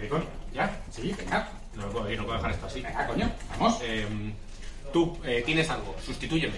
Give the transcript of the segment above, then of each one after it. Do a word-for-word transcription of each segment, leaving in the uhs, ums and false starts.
Comericón. ¿Ya? Sí, venga. No puedo, no puedo dejar esto así. Venga, coño, vamos. Eh, tú eh, tienes algo, sustitúyeme.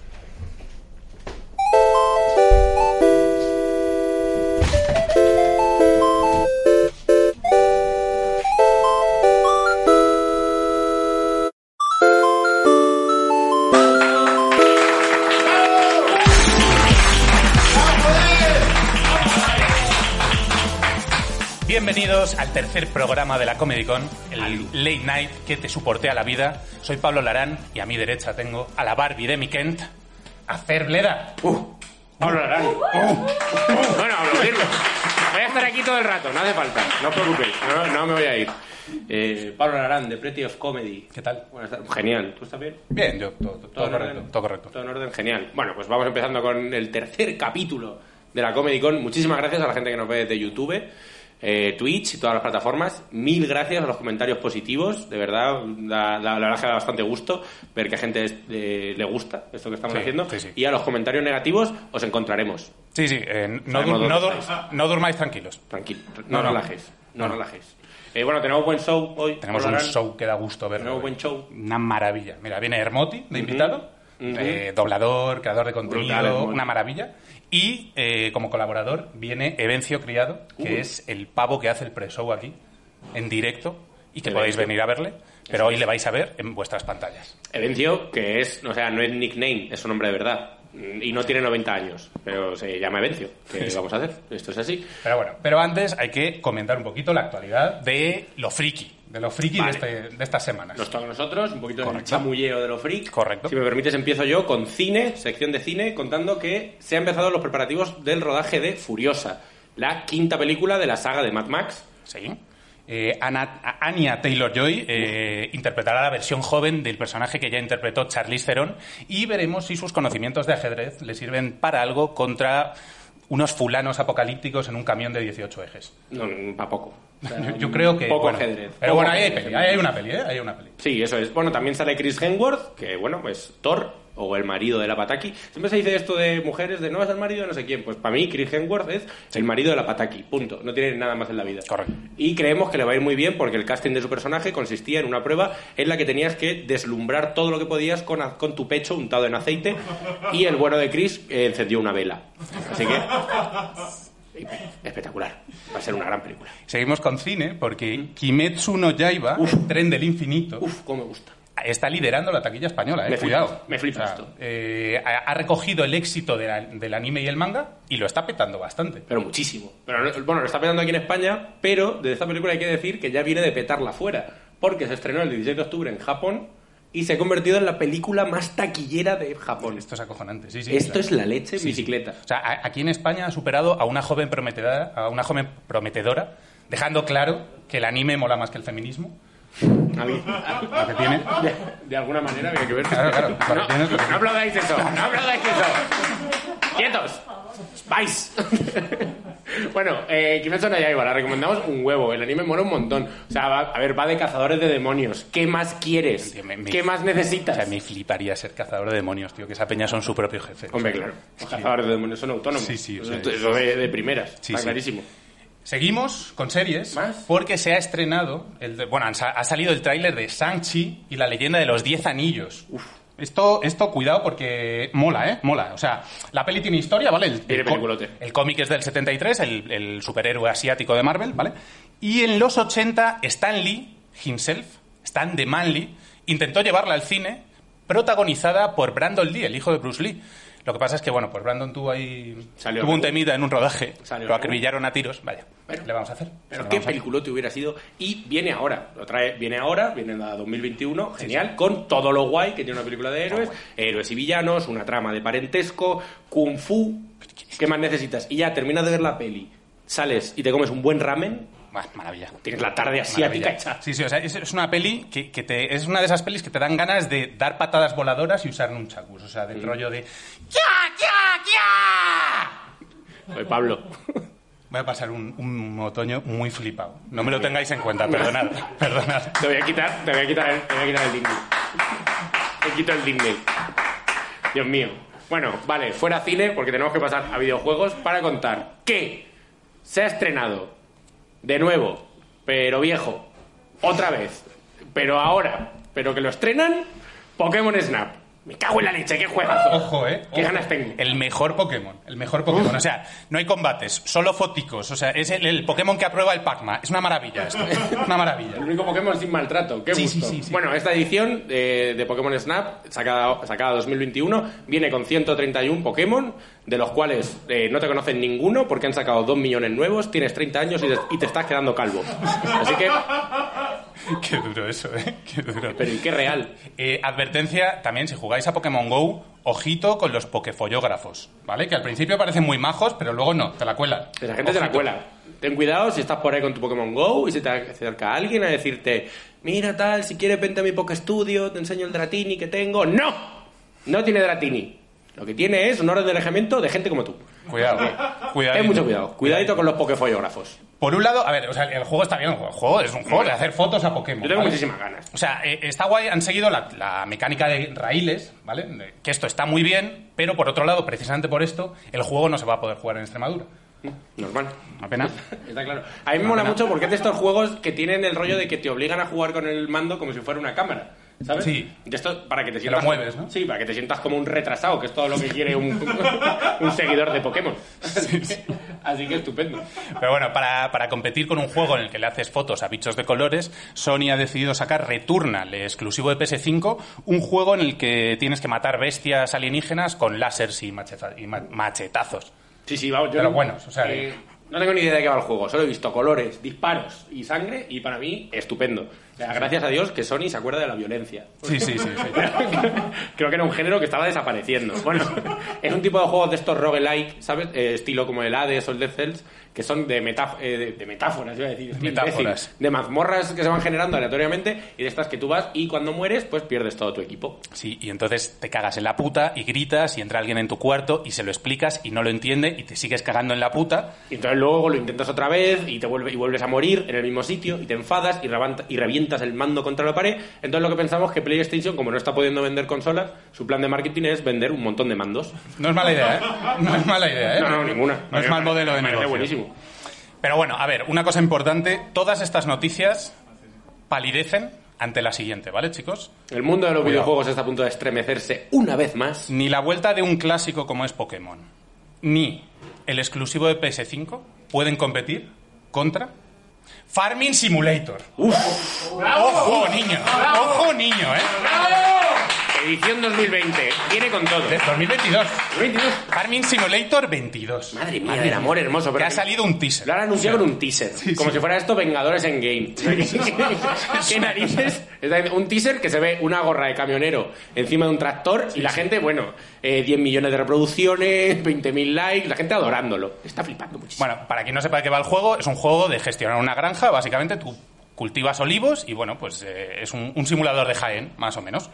Bienvenidos al tercer programa de la Comedycon, el Late Night que te soportea la vida. Soy Pablo Larán y a mi derecha tengo a la Barbie de mi Kent, a Fer Bleda. Uh, Pablo Larán. Uh, uh, bueno, aplaudirlo. Voy a estar aquí todo el rato, no hace falta. No os preocupéis, no, no me voy a ir. Eh, Pablo Larán, de Pretty of Comedy. ¿Qué tal? Buenas tardes. Genial. ¿Tú estás bien? Bien, yo todo, todo, todo correcto, todo correcto. Todo en orden, genial. Bueno, pues vamos empezando con el tercer capítulo de la Comedycon. Muchísimas gracias a la gente que nos ve desde YouTube. Eh, Twitch y todas las plataformas. Mil gracias a los comentarios positivos, de verdad, la, la, la verdad que da bastante gusto ver que a gente eh, le gusta esto que estamos sí, haciendo, sí, sí. Y a los comentarios negativos os encontraremos. Sí, sí, eh, no, dur, no, dur, no durmáis tranquilos. Tranquilo, no, no relajéis, no, no relajéis. Eh, bueno, tenemos buen show hoy. Tenemos un show que da gusto verlo. Tenemos buen show. Una maravilla. Mira, viene Hermoti de invitado, uh-huh. Uh-huh. Eh, doblador, creador de contenido, brutal, una maravilla. Y eh, como colaborador viene Evencio Criado, que uh. es el pavo que hace el pre-show aquí, en directo, y que Evencio. Podéis venir a verle, pero Eso hoy es. Le vais a ver en vuestras pantallas. Evencio, que es, o sea, no es nickname, es su nombre de verdad. Y no tiene noventa años, pero se llama Evencio. ¿Qué vamos a hacer? Esto es así. Pero bueno, pero antes hay que comentar un poquito la actualidad de lo friki, de lo friki vale. de, este, de estas semanas. Nos toca a nosotros, un poquito de chamulleo de lo freak. Correcto. Si me permites, empiezo yo con cine, sección de cine, contando que se han empezado los preparativos del rodaje de Furiosa, la quinta película de la saga de Mad Max. Sí. Eh, Anna, Anya Taylor-Joy eh, interpretará la versión joven del personaje que ya interpretó Charlize Theron y veremos si sus conocimientos de ajedrez le sirven para algo contra unos fulanos apocalípticos en un camión de dieciocho ejes. No, para poco. O sea, yo, yo creo que... Poco bueno, ajedrez. Pero poco bueno, ahí hay, ajedrez. peli, ahí hay una peli, ¿eh? Hay una peli. Sí, eso es. Bueno, también sale Chris Hemsworth, que bueno, pues Thor, o el marido de la Pataki. Siempre se dice esto de mujeres, de no es el marido de no sé quién. Pues para mí, Chris Hemsworth es sí. el marido de la Pataki, punto. No tiene nada más en la vida. Correcto. Y creemos que le va a ir muy bien porque el casting de su personaje consistía en una prueba en la que tenías que deslumbrar todo lo que podías con, con tu pecho untado en aceite y el bueno de Chris eh, encendió una vela. Así que... espectacular. Va a ser una gran película. Seguimos con cine porque Kimetsu no Yaiba, Uf. el tren del infinito... Uf, cómo me gusta. Está liderando la taquilla española, eh. Me Cuidado. Flipas, me flipa o sea, esto. Eh, ha recogido el éxito de la, del anime y el manga y lo está petando bastante. Pero muchísimo. Pero, bueno, lo está petando aquí en España, pero de esta película hay que decir que ya viene de petarla fuera. Porque se estrenó el dieciséis de octubre en Japón y se ha convertido en la película más taquillera de Japón. Esto es acojonante, sí, sí. Esto claro. es la leche en sí, bicicleta. Sí. O sea, aquí en España ha superado a una joven prometedora, a una joven prometedora, dejando claro que el anime mola más que el feminismo. A mí, lo que tiene. De, de alguna manera había que ver. Claro, claro. No, tienes lo que no aplaudáis eso, no aplaudáis eso. ¡Quietos! ¡Vais! Bueno, eh, Kimetsu no Yaiba, la recomendamos un huevo. El anime mola un montón. O sea, va, a ver, va de cazadores de demonios. ¿Qué más quieres? Tío, me, me, ¿Qué más necesitas? O sea, me fliparía ser cazador de demonios, tío. Que esa peña son su propio jefe. Hombre, o sea, claro. Los sí. cazadores de demonios son autónomos. Sí, sí. O sea, sea, eso de, de primeras. Sí, está sí. clarísimo. Seguimos con series, ¿Más? Porque se ha estrenado, el de, bueno, ha salido el tráiler de Shang-Chi y la leyenda de los Diez Anillos. Uf. Esto, esto, cuidado, porque mola, ¿eh? Mola. O sea, la peli tiene historia, ¿vale? El, tiene el, el cómic es del setenta y tres, el, el superhéroe asiático de Marvel, ¿vale? Y en los ochenta, Stan Lee, himself, Stan the Man Lee, intentó llevarla al cine, protagonizada por Brandon Lee, el hijo de Bruce Lee. Lo que pasa es que, bueno, pues Brandon tuvo ahí... Salió tuvo un temita en un rodaje. Salió lo acribillaron a tiros. Vaya, bueno, ¿qué le vamos a hacer? Pero qué peliculote hubiera sido. Y viene ahora. Lo trae, viene ahora, viene en la dos mil veintiuno. Genial, sí, sí. Con todo lo guay que tiene una película de héroes. Oh, héroes y villanos, una trama de parentesco, kung fu. ¿Qué más necesitas? Y ya terminas de ver la peli. Sales y te comes un buen ramen. Maravilla. Tienes la tarde asiática hecha. Sí, sí, o sea, es, es una peli que, que te... Es una de esas pelis que te dan ganas de dar patadas voladoras y usar nunchakus. O sea, del mm. rollo de... ¡Ya, ya, ya! Oye, Pablo. Voy a pasar un, un otoño muy flipado. No me lo tengáis en cuenta, perdonad. Perdonad. Te voy a quitar, te voy a quitar el, te voy a quitar el Disney. Te quito el Disney. Dios mío. Bueno, vale, fuera cine, porque tenemos que pasar a videojuegos para contar que se ha estrenado de nuevo pero viejo, otra vez, pero ahora, pero que lo estrenan, Pokémon Snap. Me cago en la leche, qué juegazo. Ojo, eh. Qué Ojo. ganas tengo. El mejor Pokémon. El mejor Pokémon. Uf. O sea, no hay combates, solo foticos. O sea, es el, el Pokémon que aprueba el Pac-Man. Es una maravilla esto. Una maravilla. El único Pokémon sin maltrato. Qué sí, gusto. Sí, sí, sí. Bueno, esta edición de, de Pokémon Snap, sacada, sacada dos mil veintiuno, viene con ciento treinta y uno Pokémon, de los cuales eh, no te conocen ninguno porque han sacado dos millones nuevos, tienes treinta años y, des, y te estás quedando calvo. Así que... Qué duro eso, ¿eh? Qué duro. Pero ¿y qué real? Eh, advertencia, también, si jugáis a Pokémon GO, ojito con los pokefollógrafos, ¿vale? Que al principio parecen muy majos, pero luego no, te la cuelan. Esa gente ojito. Te la cuela. Ten cuidado si estás por ahí con tu Pokémon GO y se te acerca alguien a decirte, mira tal, si quieres vente a mi Pokestudio, te enseño el Dratini que tengo. ¡No! No tiene Dratini. Lo que tiene es un orden de alejamiento de gente como tú. Cuidado, cuidado. Ten mucho cuidado. Cuidadito con los pokefollógrafos. Por un lado, a ver, o sea, el juego está bien, el juego es un juego de hacer fotos a Pokémon. Yo tengo ¿vale? muchísimas ganas. O sea, eh, está guay, han seguido la, la mecánica de raíles, ¿vale? Que esto está muy bien, pero por otro lado, precisamente por esto, el juego no se va a poder jugar en Extremadura. Normal. Una pena. Está claro. A mí me mola mucho porque es de estos juegos que tienen el rollo de que te obligan a jugar con el mando como si fuera una cámara. ¿Sabes? Sí. De esto para que te sientas. Lo mueves, ¿no? Sí, para que te sientas como un retrasado, que es todo lo que quiere un, un seguidor de Pokémon. Sí, sí. Así que estupendo. Pero bueno, para, para competir con un juego en el que le haces fotos a bichos de colores, Sony ha decidido sacar Returnal, exclusivo de P S cinco, un juego en el que tienes que matar bestias alienígenas con láseres y, macheta- y ma- machetazos. Sí, sí, vamos. Yo Pero no, buenos, o sea... Eh, no tengo ni idea de qué va el juego. Solo he visto colores, disparos y sangre y para mí, estupendo. O sea, gracias a Dios que Sony se acuerda de la violencia. Sí, sí, sí. sí. Creo que era un género que estaba desapareciendo. Bueno, es un tipo de juegos de estos roguelike, ¿sabes? Eh, estilo como el Hades o el Dead Cells, que son de, metáf- eh, de, de metáforas, iba a decir. Metáforas. De mazmorras que se van generando aleatoriamente y de estas que tú vas y cuando mueres, pues pierdes todo tu equipo. Sí, y entonces te cagas en la puta y gritas y entra alguien en tu cuarto y se lo explicas y no lo entiende y te sigues cagando en la puta. Y entonces luego lo intentas otra vez y te vuelve, y vuelves a morir en el mismo sitio y te enfadas y, rebanta, y revientas el mando contra la pared. Entonces lo que pensamos que PlayStation, como no está pudiendo vender consolas, su plan de marketing es vender un montón de mandos. No es mala idea, ¿eh? No es mala idea, ¿eh? No, no, ninguna. No es mal modelo de Me parece negocio. buenísimo. Pero bueno, a ver, una cosa importante. Todas estas noticias palidecen ante la siguiente, ¿vale, chicos? El mundo de los Cuidado. videojuegos está a punto de estremecerse una vez más. Ni la vuelta de un clásico como es Pokémon, ni el exclusivo de P S cinco pueden competir contra Farming Simulator. ¡Uf! ¡Ojo, niño! ¡Ojo, niño, eh! Edición dos mil veinte. Viene con todo. De dos mil veintidós. veintidós. Farming Simulator veintidós. Madre mía, del amor hermoso. Que Pero ha salido un teaser. Lo han anunciado con un teaser. Sí, como sí. si fuera esto Vengadores en Game. ¿Qué narices? Un teaser que se ve una gorra de camionero encima de un tractor y la gente, bueno, eh, diez millones de reproducciones, veinte mil likes, la gente adorándolo. Está flipando muchísimo. Bueno, para quien no sepa de qué va el juego, es un juego de gestionar una granja. Básicamente tú cultivas olivos y, bueno, pues eh, es un, un simulador de Jaén, más o menos.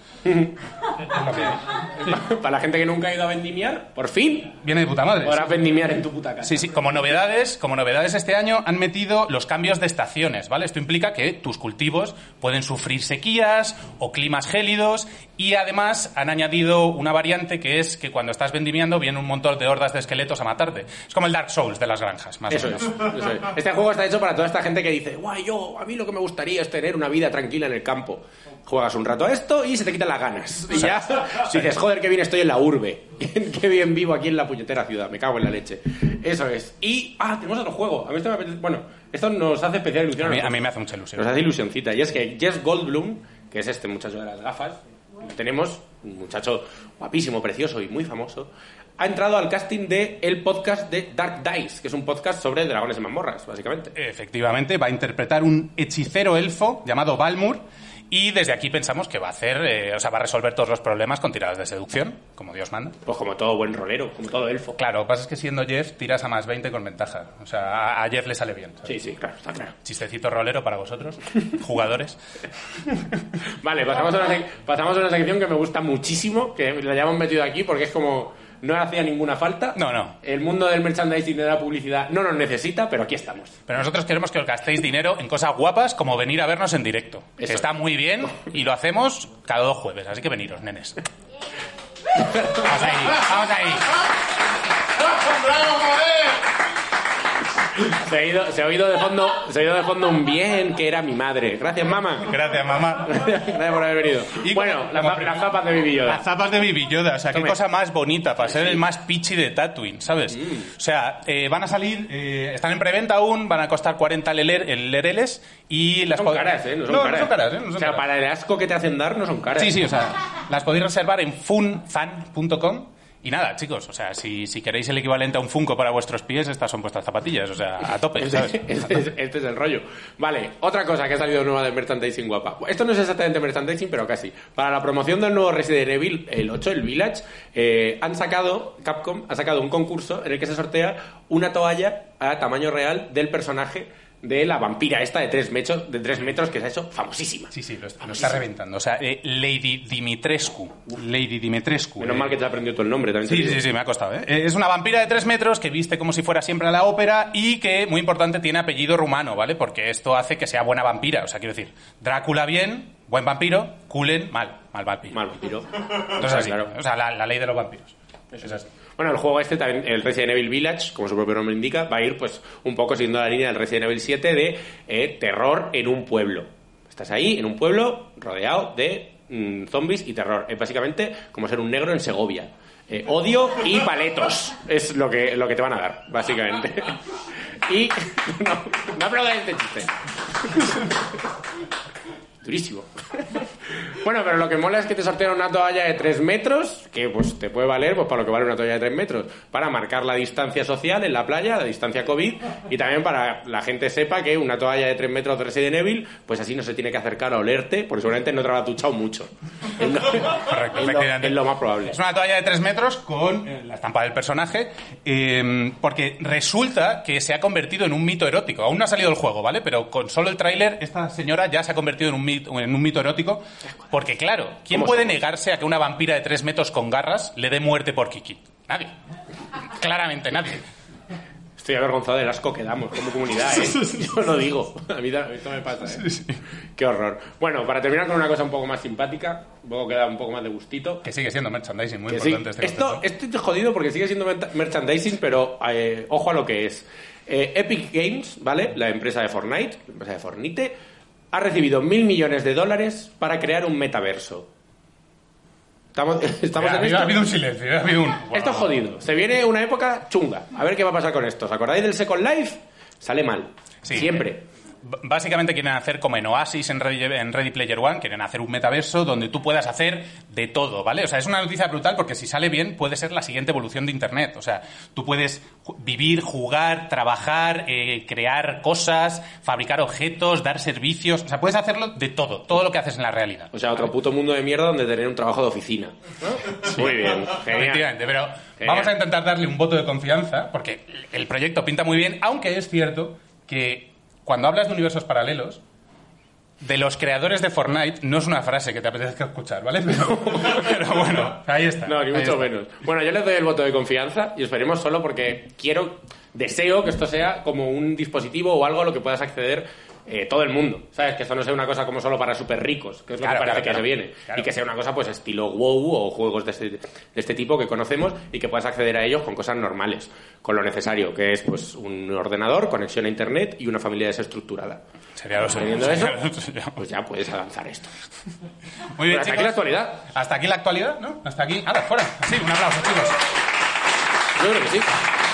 Para la gente que nunca ha ido a vendimiar, por fin Viene de puta madre. podrás vendimiar en tu puta casa. Sí, sí, como novedades, como novedades este año han metido los cambios de estaciones, ¿vale? Esto implica que tus cultivos pueden sufrir sequías o climas gélidos y además han añadido una variante que es que cuando estás vendimiando vienen un montón de hordas de esqueletos a matarte. Es como el Dark Souls de las granjas, más Eso o es, menos. eso es. Este juego está hecho para toda esta gente que dice, guay, yo, a mí lo que me gustaría es tener una vida tranquila en el campo. Juegas un rato a esto y se te quitan las ganas. Y ya dices, joder, qué bien estoy en la urbe. Qué bien vivo aquí en la puñetera ciudad. Me cago en la leche. Eso es. Y, ah, tenemos otro juego. A mí esto me apetece... Bueno, esto nos hace especial ilusión. A mí, nosotros. a mí me hace mucha ilusión. Nos hace ilusioncita. Y es que Jess Goldblum, que es este muchacho de las gafas, que tenemos, un muchacho guapísimo, precioso y muy famoso, ha entrado al casting de el podcast de Dark Dice, que es un podcast sobre dragones y mazmorras, básicamente. Efectivamente, va a interpretar un hechicero elfo llamado Balmur y desde aquí pensamos que va a hacer, eh, o sea, va a resolver todos los problemas con tiradas de seducción, como Dios manda. Pues como todo buen rolero, como todo elfo. Claro, lo que pasa es que siendo Jeff tiras a más veinte con ventaja. O sea, a, a Jeff le sale bien, ¿sabes? Sí, sí, claro, está claro. Chistecito rolero para vosotros, jugadores. Vale, pasamos a, una sec- pasamos a una sección que me gusta muchísimo, que la hayamos metido aquí porque es como... No hacía ninguna falta. No, no. El mundo del merchandising y de la publicidad no nos necesita, pero aquí estamos. Pero nosotros queremos que os gastéis dinero en cosas guapas como venir a vernos en directo. Eso. Que está muy bien y lo hacemos cada dos jueves, así que veniros, nenes. Vamos ahí, vamos ahí. Se ha, oído, se, ha oído de fondo, se ha oído de fondo un bien que era mi madre. Gracias, mamá. Gracias, mamá. Gracias por haber venido. Y bueno, las, las zapas de Baby Yoda. Las zapas de Baby Yoda. O sea, Tome. qué cosa más bonita para ser el más pichi de Tatooine, ¿sabes? Mm. O sea, eh, van a salir, eh, están en preventa aún, van a costar cuarenta lereles y las son pod- caras, ¿eh? No son no, caras. no son caras, ¿eh? No son o sea, caras. para el asco que te hacen dar, no son caras. Sí, sí, o sea, las podéis reservar en funfan punto com. Y nada, chicos, o sea, si, si queréis el equivalente a un Funko para vuestros pies, estas son vuestras zapatillas, o sea, a tope, ¿sabes? Este, es, este es el rollo. Vale, otra cosa que ha salido nueva del merchandising guapa. Esto no es exactamente merchandising, pero casi. Para la promoción del nuevo Resident Evil, el ocho, el Village, eh, han sacado, Capcom ha sacado un concurso en el que se sortea una toalla a tamaño real del personaje de la vampira esta de tres metros, de tres metros que se ha hecho famosísima. Sí, sí, lo, lo está reventando. O sea, eh, Lady Dimitrescu. Lady Dimitrescu. Menos eh. mal que te has aprendido todo el nombre también. te Sí, digo. sí, sí, me ha costado. ¿eh? Es una vampira de tres metros que viste como si fuera siempre a la ópera y que, muy importante, tiene apellido rumano, ¿vale? Porque esto hace que sea buena vampira. O sea, quiero decir, Drácula bien, buen vampiro, Cullen mal, mal vampiro. Mal vampiro. Entonces así, claro. o sea, la, la ley de los vampiros. Eso es así. Bueno, el juego este también, el Resident Evil Village, como su propio nombre indica, va a ir pues un poco siguiendo la línea del Resident Evil siete de eh, terror en un pueblo. Estás ahí, en un pueblo, rodeado de mm, zombies y terror. Es básicamente como ser un negro en Segovia. Eh, odio y paletos es lo que, lo que te van a dar, básicamente. Y... No, no aplaudáis este chiste. Durísimo. Bueno, pero lo que mola es que te sortean una toalla de tres metros, que pues te puede valer pues para lo que vale una toalla de tres metros, para marcar la distancia social en la playa, la distancia COVID, y también para la gente sepa que una toalla de tres metros de Resident Evil, pues así no se tiene que acercar a olerte, porque seguramente no te habrá duchado mucho. Es lo, Correcto, es lo, es lo más probable. Es una toalla de tres metros con eh, la estampa del personaje, eh, porque resulta que se ha convertido en un mito erótico. Aún no ha salido el juego, ¿vale? Pero con solo el tráiler, esta señora ya se ha convertido en un mito, en un mito erótico, porque claro, ¿quién ¿Cómo puede somos? negarse a que una vampira de tres metros con garras le dé muerte por Kiki? Nadie. Claramente nadie. Estoy avergonzado del asco que damos como comunidad, ¿eh? Yo lo digo. A mí da- esto me pasa, ¿eh? Qué horror. Bueno, para terminar con una cosa un poco más simpática, luego queda un poco más de gustito. Que sigue siendo merchandising, muy Que sí, importante este esto, concepto. esto es jodido porque sigue siendo mer- merchandising, pero eh, ojo a lo que es. Eh, Epic Games, ¿vale? La empresa de Fortnite, la empresa de Fortnite, ha recibido mil millones de dólares para crear un metaverso. Estamos, estamos Ha en habido, esto. ha habido un silencio, ha habido un... Esto es jodido. Se viene una época chunga. A ver qué va a pasar con esto. ¿Os acordáis del Second Life? Sale mal. Sí. Siempre. B- Básicamente quieren hacer como en Oasis en Ready, en Ready Player One, quieren hacer un metaverso donde tú puedas hacer de todo, ¿vale? O sea, es una noticia brutal porque si sale bien puede ser la siguiente evolución de Internet. O sea, tú puedes ju- vivir, jugar, trabajar, eh, crear cosas, fabricar objetos, dar servicios. O sea, puedes hacerlo de todo, todo lo que haces en la realidad. O sea, otro puto mundo de mierda donde tener un trabajo de oficina. ¿No? Muy bien. Genial. Efectivamente, pero Genial. vamos a intentar darle un voto de confianza porque el proyecto pinta muy bien, aunque es cierto que cuando hablas de universos paralelos, de los creadores de Fortnite no es una frase que te apetezca escuchar, ¿vale? Pero, pero bueno, ahí está. No, ni ahí mucho está. menos. Bueno, yo les doy el voto de confianza y esperemos solo porque quiero, deseo que esto sea como un dispositivo o algo a lo que puedas acceder eh, todo el mundo. ¿Sabes? Que esto no sea una cosa como solo para súper ricos, que es lo Claro, que parece claro, que claro. se viene. Claro. Y que sea una cosa pues estilo WoW o juegos de este, de este tipo que conocemos y que puedas acceder a ellos con cosas normales, con lo necesario, que es pues un ordenador, conexión a internet y una familia desestructurada. Sería lo suyo. Teniendo eso, Sería lo suyo. pues ya puedes avanzar esto. Muy bien, Bueno, hasta chicos. aquí la actualidad. Hasta aquí la actualidad, ¿no? Hasta aquí. ¡Hala, fuera! Sí, un aplauso, chicos. Yo creo que sí.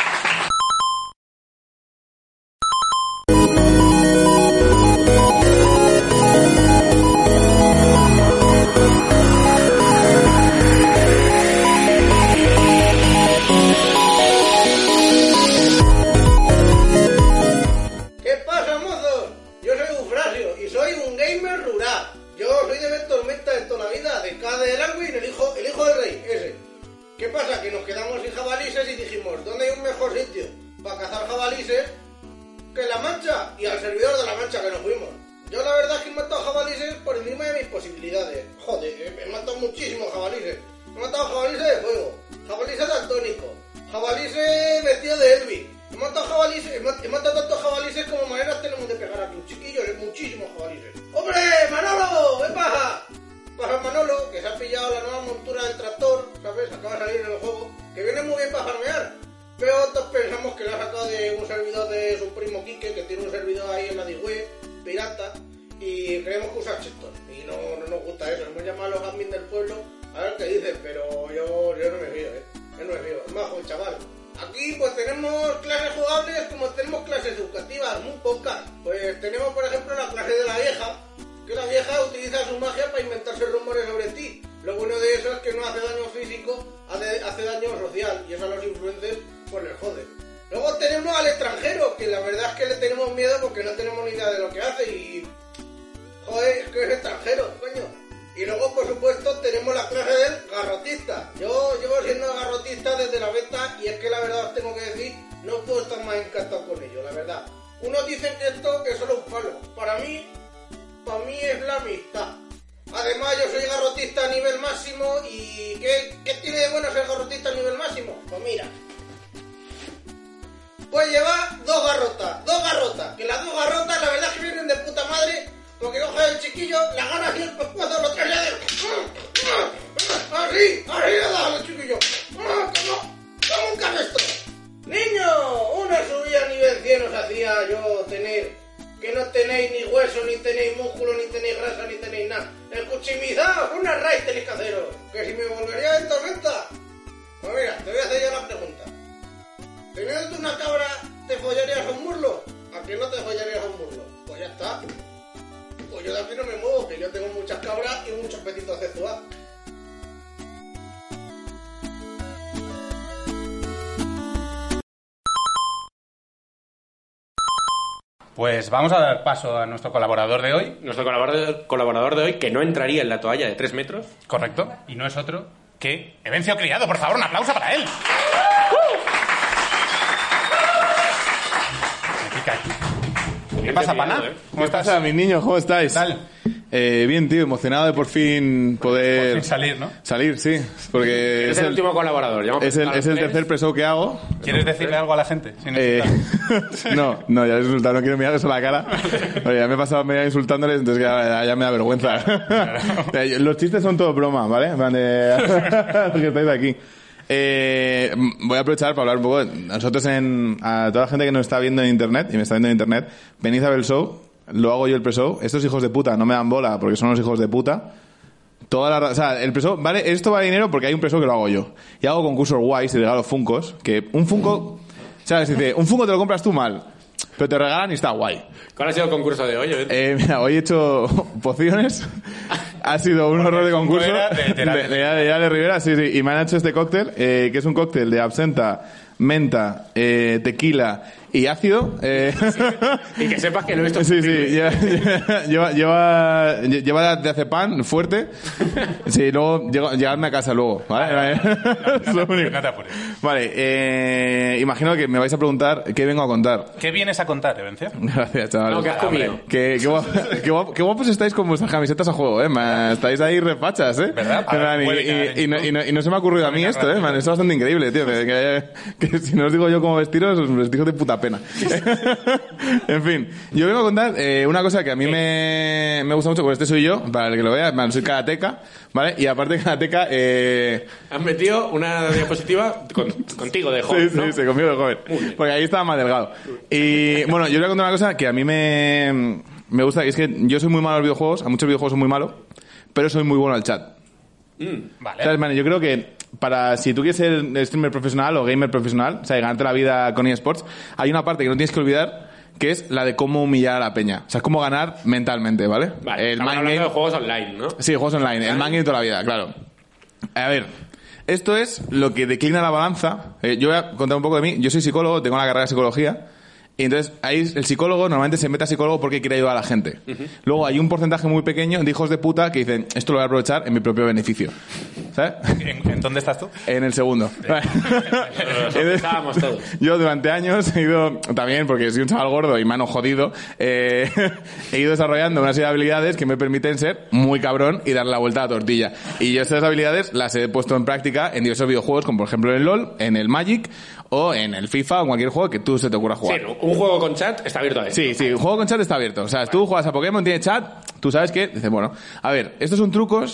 ¿Qué pasa, mozos? Yo soy Eufrasio y soy un gamer rural. Yo soy de ver tormenta de toda la vida, de K de Elangwin, el hijo, el hijo del rey, ese. ¿Qué pasa? Que nos quedamos sin jabalises y dijimos, ¿dónde hay un mejor sitio para cazar jabalises que La Mancha? Y al servidor de La Mancha que nos fuimos. Yo la verdad es que he matado jabalises por encima de mis posibilidades. Joder, he he matado muchísimos jabalises. He matado jabalises de fuego, jabalises daltónicos, jabalises vestidos de Elvis. He matado jabalises, he mat- he matado tantos jabalises como maneras tenemos de pegar aquí, chiquillos, hay muchísimos jabalises. ¡Hombre, Manolo! ¿Qué pasa? Pasa Manolo, que se ha pillado la nueva montura del tractor, ¿sabes? Acaba de salir en el juego, que viene muy bien para farmear. Pero todos pensamos que lo ha sacado de un servidor servidor de su primo Quique, que tiene un servidor ahí en la D-Web, pirata, y creemos que usa chetos. Y no, no nos gusta eso. Hemos llamado a los admins del pueblo a ver qué dicen, pero yo, yo no me fío, ¿eh? Yo no me fío. Es majo el chaval. Aquí pues tenemos clases jugables como tenemos clases educativas, muy pocas. Pues tenemos por ejemplo la clase de la vieja, que la vieja utiliza su magia para inventarse rumores sobre ti. Lo bueno de eso es que no hace daño físico, hace, hace daño social, y eso a los influencers pues les jode. Luego tenemos al extranjero, que la verdad es que le tenemos miedo porque no tenemos ni idea de lo que hace y... joder, es que es extranjero, coño. Y luego, por supuesto, tenemos la clase del garrotista. Yo llevo siendo garrotista desde la beta y es que la verdad os tengo que decir, no puedo estar más encantado con ello, la verdad. Unos dicen que esto es solo un palo. Para mí, para mí es la amistad. Además, yo soy garrotista a nivel máximo y ¿qué, qué tiene de bueno ser garrotista a nivel máximo? Pues mira, pues llevar dos garrotas, dos garrotas. Que las dos garrotas, la verdad es que vienen de puta madre. Porque coge el chiquillo, la gana así el pescuezo, lo trae de... Así, así le da al chiquillo. Como, como un cabestro. Niño, una subida a nivel cien os hacía yo tener... Que no tenéis ni hueso, ni tenéis músculo, ni tenéis grasa, ni tenéis nada. Escuchimizaos, una raíz tenéis que haceros. Que si me volvería en tormenta. Pues mira, te voy a hacer yo la pregunta. Teniendo una cabra, ¿te follarías a un muslo? ¿A que no te follarías a un muslo? Pues ya está. Pues yo de aquí no me muevo, que yo tengo muchas cabras y muchos petitos de zuá. Pues vamos a dar paso a nuestro colaborador de hoy. Nuestro colaborador, colaborador de hoy, que no entraría en la toalla de tres metros. Correcto. Y no es otro que Evencio Criado. Por favor, un aplauso para él. ¿Qué pasa, pana? ¿Cómo estás? ¿Qué pasa, mis niños? ¿Cómo estáis? ¿Qué tal? Eh, bien, tío, emocionado de por fin poder... Por fin salir, ¿no? Salir, sí, porque... Es el, el último colaborador. Es el, es el tercer pre-show que hago. ¿Quieres decirle algo a la gente? Sin eh, no, no, ya les he insultado, no quiero mirarles a la cara. Oye, ya me he pasado media insultándoles, entonces ya, ya me da vergüenza. Los chistes son todo broma, ¿vale? En plan de... que estáis aquí. Eh, voy a aprovechar para hablar un poco. Nosotros, en, a toda la gente que nos está viendo en internet, y me está viendo en internet, venid a ver el show, lo hago yo el pre-show. Estos hijos de puta no me dan bola porque son los hijos de puta. Toda la, o sea, el pre-show, vale, esto vale dinero porque hay un pre-show que lo hago yo. Y hago concursos guays y regalo funcos. Que un funko, ¿sabes? Dice, un funko te lo compras tú mal, pero te regalan y está guay. ¿Cuál ha sido el concurso de hoy? Eh, mira, hoy he hecho pociones. Ha sido un horror de concurso. De, de, de, de, de Ale Rivera, sí, sí. Y me han hecho este cóctel, eh, que es un cóctel de absenta, menta, eh, tequila y ácido. Eh. Y que sepas que lo he visto. Sí, sí. Lleva, lleva, lleva, lleva de azepam fuerte. Sí, luego llegadme a casa luego, ¿vale? No, no, no, no te apures. Vale, eh, imagino que me vais a preguntar qué vengo a contar. ¿Qué vienes a contar, Evencio? Gracias, chaval. No, ¿qué has comido? Qué, qué, guap, qué, guap, qué guapos estáis con vuestras camisetas a juego, eh. Man, estáis ahí repachas, eh. ¿Verdad? Man, y, y, y, no, y, no, y no se me ha ocurrido a mí esto, eh. Man, esto es bastante increíble, tío. Que, que, que si no os digo yo cómo vestiros, os vestiros de puta pena. En fin, yo vengo a contar eh, una cosa que a mí me, me gusta mucho, pues este soy yo, para el que lo vea, man, soy karateca, ¿vale? Y aparte de karateca, eh... has metido una diapositiva con, contigo de joven, sí, sí, ¿no? sí, conmigo de joven, porque ahí estaba más delgado. Y bueno, yo les voy a contar una cosa que a mí me, me gusta, y es que yo soy muy malo a los videojuegos, a muchos videojuegos soy muy malo, pero soy muy bueno al chat. Mm, vale. ¿Sabes, man? Yo creo que para si tú quieres ser streamer profesional o gamer profesional, o sea, ganarte la vida con eSports, hay una parte que no tienes que olvidar, que es la de cómo humillar a la peña. O sea, es cómo ganar mentalmente, ¿vale? Vale, el estamos mind hablando game... de juegos online, ¿no? Sí, juegos online, ¿Online? el mind game de toda la vida, claro. A ver, esto es lo que declina la balanza. Eh, yo voy a contar un poco de mí. Yo soy psicólogo, tengo la carrera de psicología. Y entonces, ahí el psicólogo normalmente se mete a psicólogo porque quiere ayudar a la gente. Uh-huh. Luego hay un porcentaje muy pequeño de hijos de puta que dicen, esto lo voy a aprovechar en mi propio beneficio. ¿Sabes? ¿En, ¿en dónde estás tú? En el segundo. Sí. Estábamos todos. Yo durante años he ido, también porque soy un chaval gordo y mano jodido, eh, he ido desarrollando una serie de habilidades que me permiten ser muy cabrón y darle la vuelta a la tortilla. Y yo estas habilidades las he puesto en práctica en diversos videojuegos, como por ejemplo en el LoL, en el Magic o en el FIFA o en cualquier juego que tú se te ocurra jugar. Sí, un juego con chat está abierto a eso. Sí, sí, un juego con chat está abierto. O sea, tú juegas a Pokémon, tiene chat, tú sabes que... Dices, bueno, a ver, estos son trucos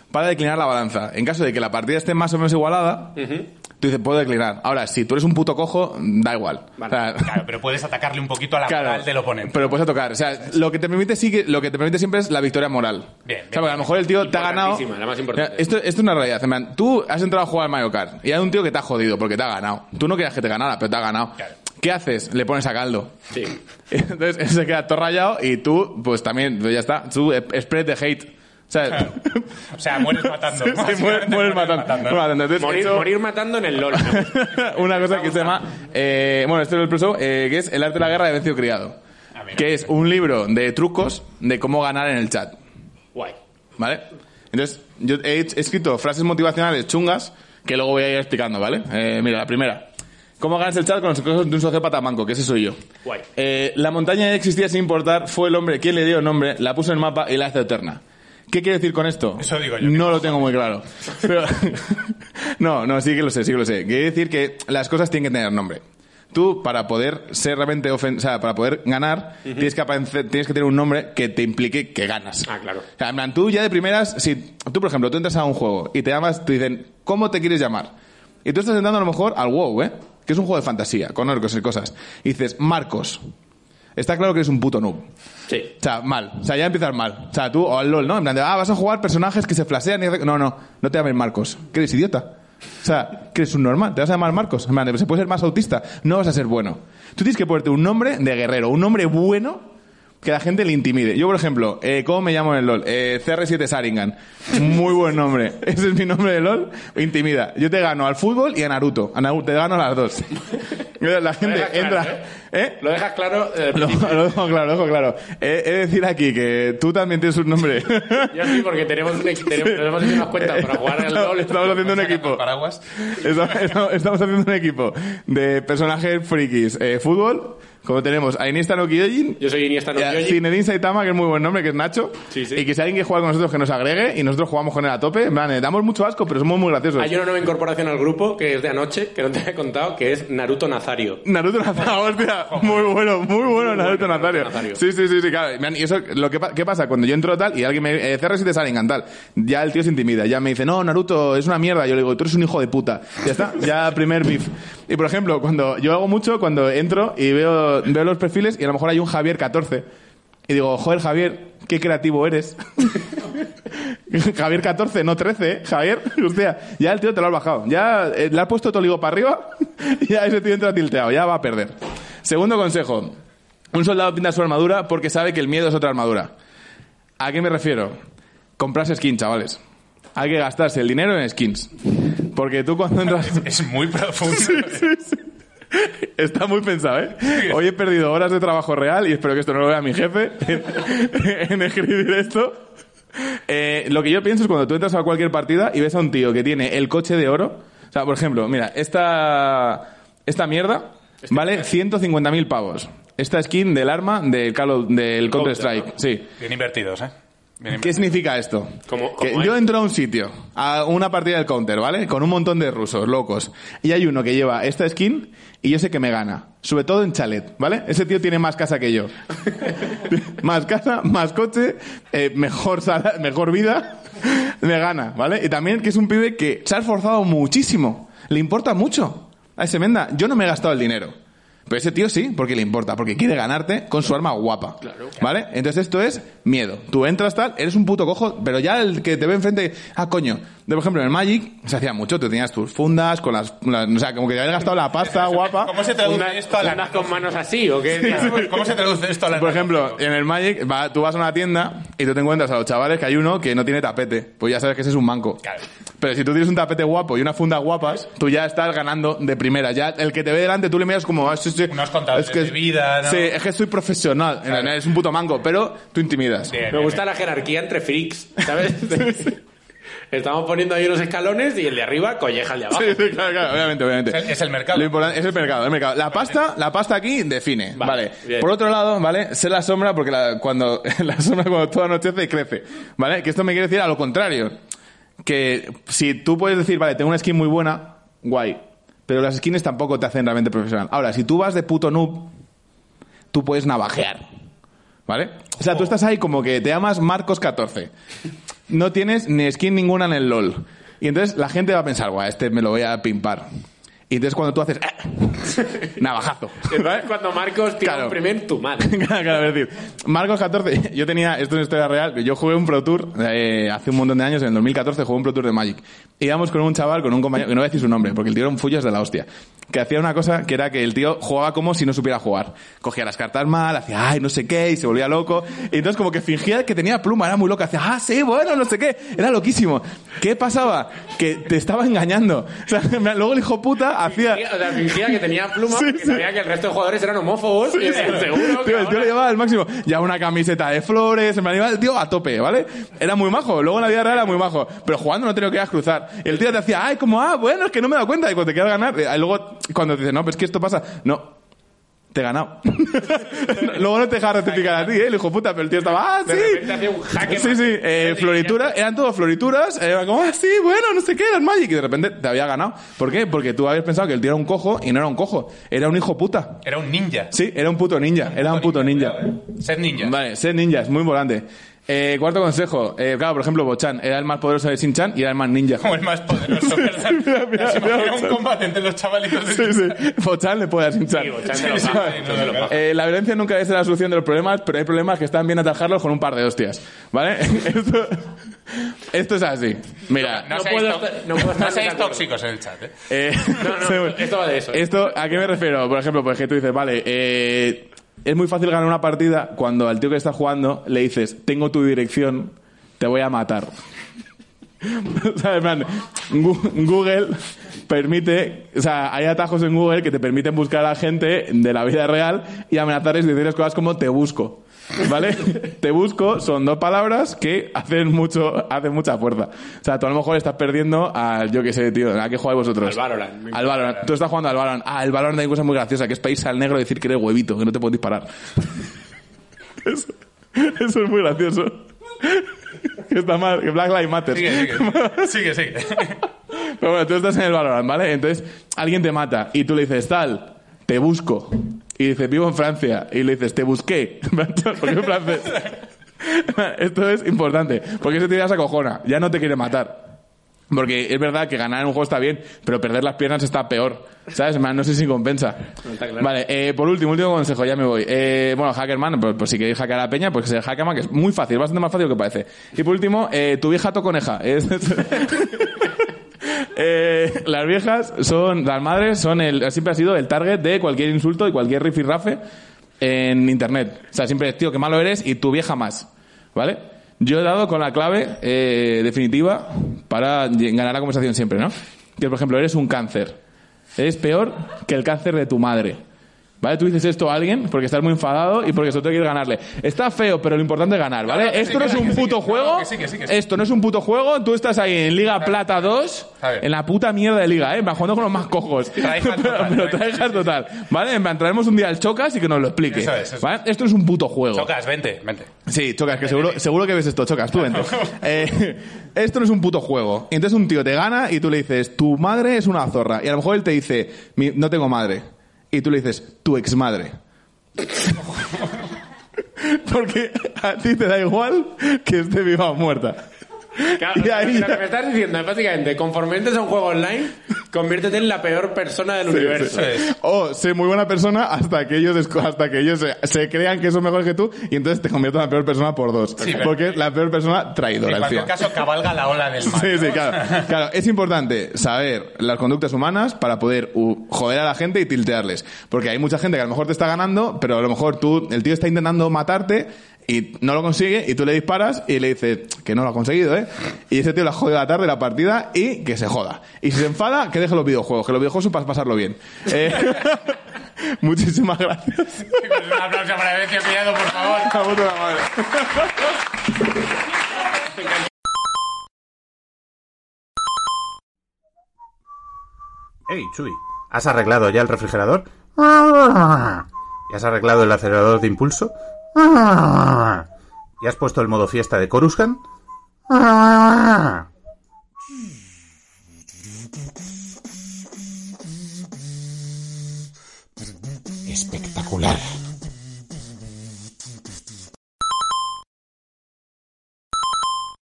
para declinar la balanza. En caso de que la partida esté más o menos igualada, uh-huh. tú dices, puedo declinar. Ahora, si tú eres un puto cojo, da igual. Vale. O sea, claro, pero puedes atacarle un poquito a la claro, moral del oponente. Pero puedes tocar. O sea, lo que te permite sí que, lo que te permite siempre es la victoria moral. Bien, bien. O sea, porque a lo mejor el tío te ha ganado. La más importante. Esto, esto es una realidad. Man. Tú has entrado a jugar al Mario Kart y hay un tío que te ha jodido porque te ha ganado. Tú no querías que te ganara, pero te ha ganado. Claro. ¿Qué haces? Le pones a caldo. Sí. Entonces él se queda todo rayado y tú, pues también, pues ya está. Tú spread the hate. O sea, o sea, mueres matando. Sí, sí, mueres, mueres matando. matando, ¿no? matando. Entonces, morir, esto... morir matando en el LOL. Una cosa que se llama... Eh, bueno, este es el proso, eh, que es El arte de la guerra de Vencio Criado. Ah, mira, que es un libro de trucos de cómo ganar en el chat. Guay. ¿Vale? Entonces, yo he escrito frases motivacionales chungas que luego voy a ir explicando, ¿vale? Eh, mira, la primera. ¿Cómo ganas el chat con los consejos de un sociópata manco? Que ese soy yo. Guay. Eh, la montaña ya existía sin importar, fue el hombre quien le dio nombre, la puso en el mapa y la hace eterna. ¿Qué quiere decir con esto? Eso digo yo. No lo tengo muy claro. Pero, no, no, sí que lo sé, sí que lo sé. Quiere decir que las cosas tienen que tener nombre. Tú, para poder ser realmente ofen- o sea, para poder ganar, uh-huh. tienes que aparecer, tienes que tener un nombre que te implique que ganas. Ah, claro. O sea, en plan, tú ya de primeras, si tú, por ejemplo, tú entras a un juego y te llamas, te dicen, ¿cómo te quieres llamar? Y tú estás entrando a lo mejor al WoW, ¿eh? Que es un juego de fantasía, con orcos y cosas. Y dices, Marcos. Está claro que eres un puto noob. Sí. O sea, mal. O sea, ya empiezas mal. O sea, tú, o al LOL, ¿no? En plan de, ah, vas a jugar personajes que se flashean y... No, no, no te llames Marcos. Que eres idiota. O sea, que eres un normal. Te vas a llamar Marcos. En plan de, se puede ser más autista. No vas a ser bueno. Tú tienes que ponerte un nombre de guerrero. Un nombre bueno que la gente le intimide. Yo, por ejemplo, eh, ¿cómo me llamo en el LOL? Eh, C R siete Sharingan. Muy buen nombre. Ese es mi nombre de LOL. Intimida. Yo te gano al fútbol y a Naruto. A Naruto te gano a las dos. La gente entra... Claro, ¿eh? ¿Eh? Lo dejas claro. Eh, lo, lo dejo claro, lo dejo claro. He, he de decir aquí que tú también tienes un nombre. Yo sí, porque tenemos, un, tenemos, tenemos hecho unas cuentas para jugar al LOL. Estamos haciendo un equipo. Paraguas. Estamos, estamos haciendo un equipo de personajes frikis. Eh, fútbol, como tenemos a Iniesta no Kyojin. Yo soy Iniesta no Kyojin. Zinedine Saitama, que es muy buen nombre, que es Nacho. Sí, sí. Y que si alguien que juega con nosotros que nos agregue y nosotros jugamos con él a tope. En plan, eh, damos mucho asco, pero somos muy graciosos. Hay una nueva incorporación al grupo que es de anoche, que no te he contado, que es Naruto Nazario. Naruto Nazario, hostia. Muy bueno, muy bueno Naruto bueno, Nazario. Nazario. Sí, sí, sí, sí, claro. Y eso, lo que, ¿qué pasa? Cuando yo entro tal y alguien me... Eh, C R siete Sharingan, tal. Ya el tío se intimida. Ya me dice, no, Naruto es una mierda. Yo le digo, tú eres un hijo de puta. Ya está. Ya primer beef. Y por ejemplo, cuando yo hago mucho, cuando entro y veo, veo los perfiles y a lo mejor hay un Javier catorce. Y digo, joder, Javier, qué creativo eres. Javier catorce, no trece, ¿eh? Javier, hostia, ya el tío te lo has bajado. Ya eh, le has puesto todo el higo para arriba, ya ese tío entra tilteado, ya va a perder. Segundo consejo. Un soldado pinta su armadura porque sabe que el miedo es otra armadura. ¿A qué me refiero? Comprarse skins, chavales. Hay que gastarse el dinero en skins. Porque tú cuando entras... Es muy profundo. Sí, sí, sí. Está muy pensado, ¿eh? Hoy he perdido horas de trabajo real y espero que esto no lo vea mi jefe en, en escribir esto. Eh, lo que yo pienso es cuando tú entras a cualquier partida y ves a un tío que tiene el coche de oro. O sea, por ejemplo, mira, esta, esta mierda vale ciento cincuenta mil pavos. Esta skin del arma del, Call of, del Counter-Strike. ¿No? Sí. Bien invertidos, ¿eh? ¿Qué significa esto? ¿Cómo, cómo que es? Yo entro a un sitio, a una partida del Counter, ¿vale? Con un montón de rusos, locos. Y hay uno que lleva esta skin y yo sé que me gana. Sobre todo en chalet, ¿vale? Ese tío tiene más casa que yo. Más casa, más coche, eh, mejor sala, mejor vida. Me gana, ¿vale? Y también que es un pibe que se ha esforzado muchísimo. Le importa mucho. A ese Menda, yo no me he gastado el dinero. Pero ese tío sí, porque le importa, porque quiere ganarte con su arma guapa. Claro. ¿Vale? Entonces esto es miedo. Tú entras tal, eres un puto cojo, pero ya el que te ve enfrente, ah, coño. De, por ejemplo, en el Magic se hacía mucho, tú tenías tus fundas con las, las o sea, como que te habías gastado la pasta guapa. ¿Cómo se traduce Una, esto a la ¿Andas con manos así o qué? ¿Cómo se traduce esto a la Por ejemplo, en el Magic, va, tú vas a una tienda y tú te encuentras a los chavales que hay uno que no tiene tapete. Pues ya sabes que ese es un manco. Claro. Pero si tú tienes un tapete guapo y unas fundas guapas, tú ya estás ganando de primera. Ya el que te ve delante, tú le miras como... Ah, sí, sí, unos contadores de vida, ¿no? Sí, es que soy profesional. Claro. Es un puto manco, pero tú intimidas. Bien, Me bien, gusta bien. la jerarquía entre freaks, ¿sabes? Estamos poniendo ahí unos escalones y el de arriba colleja al de abajo. Sí, sí, claro, claro, obviamente, obviamente. Es el, es el mercado. Lo importante es el mercado, el mercado. La pasta, la pasta aquí define, Vale, ¿vale? Por otro lado, ¿vale? Sé la sombra porque la, cuando la sombra cuando todo anochece crece, ¿vale? Que esto me quiere decir a lo contrario. Que si tú puedes decir, vale, tengo una skin muy buena, guay. Pero las skins tampoco te hacen realmente profesional. Ahora, si tú vas de puto noob, tú puedes navajear, ¿vale? O sea, tú estás ahí como que te llamas Marcos catorce. no tienes ni skin ninguna en el LOL. Y entonces la gente va a pensar, guau, este me lo voy a pimpar. Y entonces cuando tú haces ¡eh! Navajazo, ¿sabes? Cuando Marcos tira Claro. un primer, tu madre. Claro, claro, es decir, Marcos catorce, yo tenía, esto es una historia real, yo jugué un Pro Tour eh, hace un montón de años, en el dos mil catorce jugué un Pro Tour de Magic. Íbamos con un chaval, con un compañero, que no voy a decir su nombre, porque el tío era un fullas de la hostia, que hacía una cosa que era que el tío jugaba como si no supiera jugar. Cogía las cartas mal, hacía ay, no sé qué, y se volvía loco. Y entonces como que fingía que tenía pluma, era muy loco, hacía ah, sí, bueno, no sé qué. Era loquísimo. ¿Qué pasaba? Que te estaba engañando. O sea, luego el hijo puta hacía... Fingía, o sea, fingía que tenía pluma Sí, porque sí. sabía que el resto de jugadores eran homófobos y seguro que Tío, el tío ahora- lo llevaba al máximo. Llevaba una camiseta de flores, en plan, iba el tío a tope, ¿vale? Era muy majo. Luego en la vida real era muy majo. Pero jugando no te lo querías cruzar. Y el tío te hacía, ay, como, ah, bueno, es que no me he dado cuenta. Y cuando te quieres ganar, eh, luego cuando te dices, no, pues que esto pasa, no. Te he ganado. Luego no te dejas rectificar a ti, ¿eh? El hijo puta, pero el tío estaba, ah, sí. De repente hacía un jaque Sí, sí, eh, florituras, eran todos florituras, era como, ah, sí, bueno, no sé qué, era el Magic, y de repente te había ganado. ¿Por qué? Porque tú habías pensado que el tío era un cojo, y no era un cojo, era un hijo puta. Era un ninja. Sí, era un puto ninja, era un puto ninja. Ser ninja. Vale, ser ninja, es muy importante. Eh, cuarto consejo, eh, claro, por ejemplo, Bochan era el más poderoso de Shin-Chan y era el más ninja. Como el más poderoso, ¿verdad? mira, mira, Se mira, imagina un Bochan. combate entre los chavalitos de Sí, sí, Bochan le puede a Shin-Chan. Sí, Bochan te lo Sí, sí, paga, sí, no te lo paga. Eh, la violencia nunca debe ser la solución de los problemas, pero hay problemas que están bien atajarlos con un par de hostias, ¿vale? Esto, esto es así. Mira, No, No seáis, puedo to- estar- no puedo estar no seáis de acuerdo. tóxicos en el chat, ¿eh? eh, No, no, esto va de eso. Esto, ¿a qué me refiero? Por ejemplo, pues que tú dices, vale, eh, es muy fácil ganar una partida cuando al tío que está jugando le dices, tengo tu dirección, te voy a matar. O sea, en plan, Gu- Google permite, o sea, hay atajos en Google que te permiten buscar a la gente de la vida real y amenazarles y decirles cosas como te busco. ¿Vale? Te busco son dos palabras que hacen mucho, hacen mucha fuerza. O sea, tú a lo mejor estás perdiendo al, yo qué sé, tío, ¿a qué jugáis vosotros? Al Valorant. Al Valorant. Tú estás jugando al Valorant. Ah, el Valorant hay cosas muy graciosas, que es pedirse al negro y decir que eres huevito, que no te puedo disparar. Eso, eso es muy gracioso. Que está mal, que Black Lives Matter. Sigue, sigue. Sigue, sigue. Pero bueno, tú estás en el Valorant, ¿vale? Entonces, alguien te mata y tú le dices, tal, te busco. Y dices, vivo en Francia. Y le dices, te busqué. Porque en francés. Esto es importante. Porque ese tío ya se acojona. Ya no te quiere matar. Porque es verdad que ganar en un juego está bien, pero perder las piernas está peor. ¿Sabes? Man, no sé si compensa. No está claro. Vale, eh, por último, último consejo, ya me voy. Eh, bueno, Hackerman, pues, pues si queréis hackear a la peña, pues que sea Hackerman, que es muy fácil, bastante más fácil de lo que parece. Y por último, eh, tu vieja toconeja. Es- eh, las viejas son, las madres son el, siempre ha sido el target de cualquier insulto y cualquier rifirrafe en internet. O sea, siempre es, tío, qué malo eres y tu vieja más. ¿Vale? Yo he dado con la clave eh, definitiva para ganar la conversación siempre, ¿no? Que, por ejemplo, eres un cáncer. Eres peor que el cáncer de tu madre. ¿Vale? Tú dices esto a alguien porque estás muy enfadado y porque solo te quieres ganarle. Está feo, pero lo importante es ganar, ¿vale? No, no, que Esto sí, no que es sí, un que sí, puto que- juego. no, no, que sí, que sí, que sí. Esto no es un puto juego. Tú estás ahí en Liga Plata dos, Está bien. en la puta mierda de Liga, ¿eh? Va jugando con los más cojos. Tryhard pero total, pero tryhard, tryhard total. ¿Vale? En plan, traemos un día al Chocas y que nos lo explique. Eso es, eso ¿Vale? Esto es un puto juego. Chocas, vente, vente. Sí, Chocas, que seguro, seguro que ves esto, Chocas, tú vente. Eh, esto no es un puto juego. Y entonces un tío te gana y tú le dices, tu madre es una zorra. Y a lo mejor él te dice, "Mi- no tengo madre. Y tú le dices, tu exmadre. Porque a ti te da igual que esté viva o muerta. Claro, Y ahí lo que ya- me estás diciendo es básicamente, conforme entres a un juego online, conviértete en la peor persona del universo. Eso es. O sé muy buena persona hasta que ellos esco- hasta que ellos se, se crean que son mejores que tú y entonces te conviertes en la peor persona por dos. Sí, pero- Porque es la peor persona traidora. En cualquier encima. caso, cabalga la ola del mal. Sí, sí, ¿no? claro. Claro, es importante saber las conductas humanas para poder uh, joder a la gente y tiltearles. Porque hay mucha gente que a lo mejor te está ganando, pero a lo mejor tú, el tío está intentando matarte y no lo consigue y tú le disparas y le dices que no lo ha conseguido, ¿eh? Y ese tío le ha jodido la tarde la partida y que se joda. Y si se enfada, que deje los videojuegos, que los videojuegos son para pasarlo bien. Eh, muchísimas gracias. Chicos, un aplauso para Becio Pillado, por favor. La puta madre. Hey, Chuy, ¿has arreglado ya el refrigerador? ¿Y has arreglado el acelerador de impulso? ¿Y has puesto el modo fiesta de Coruscant? Espectacular.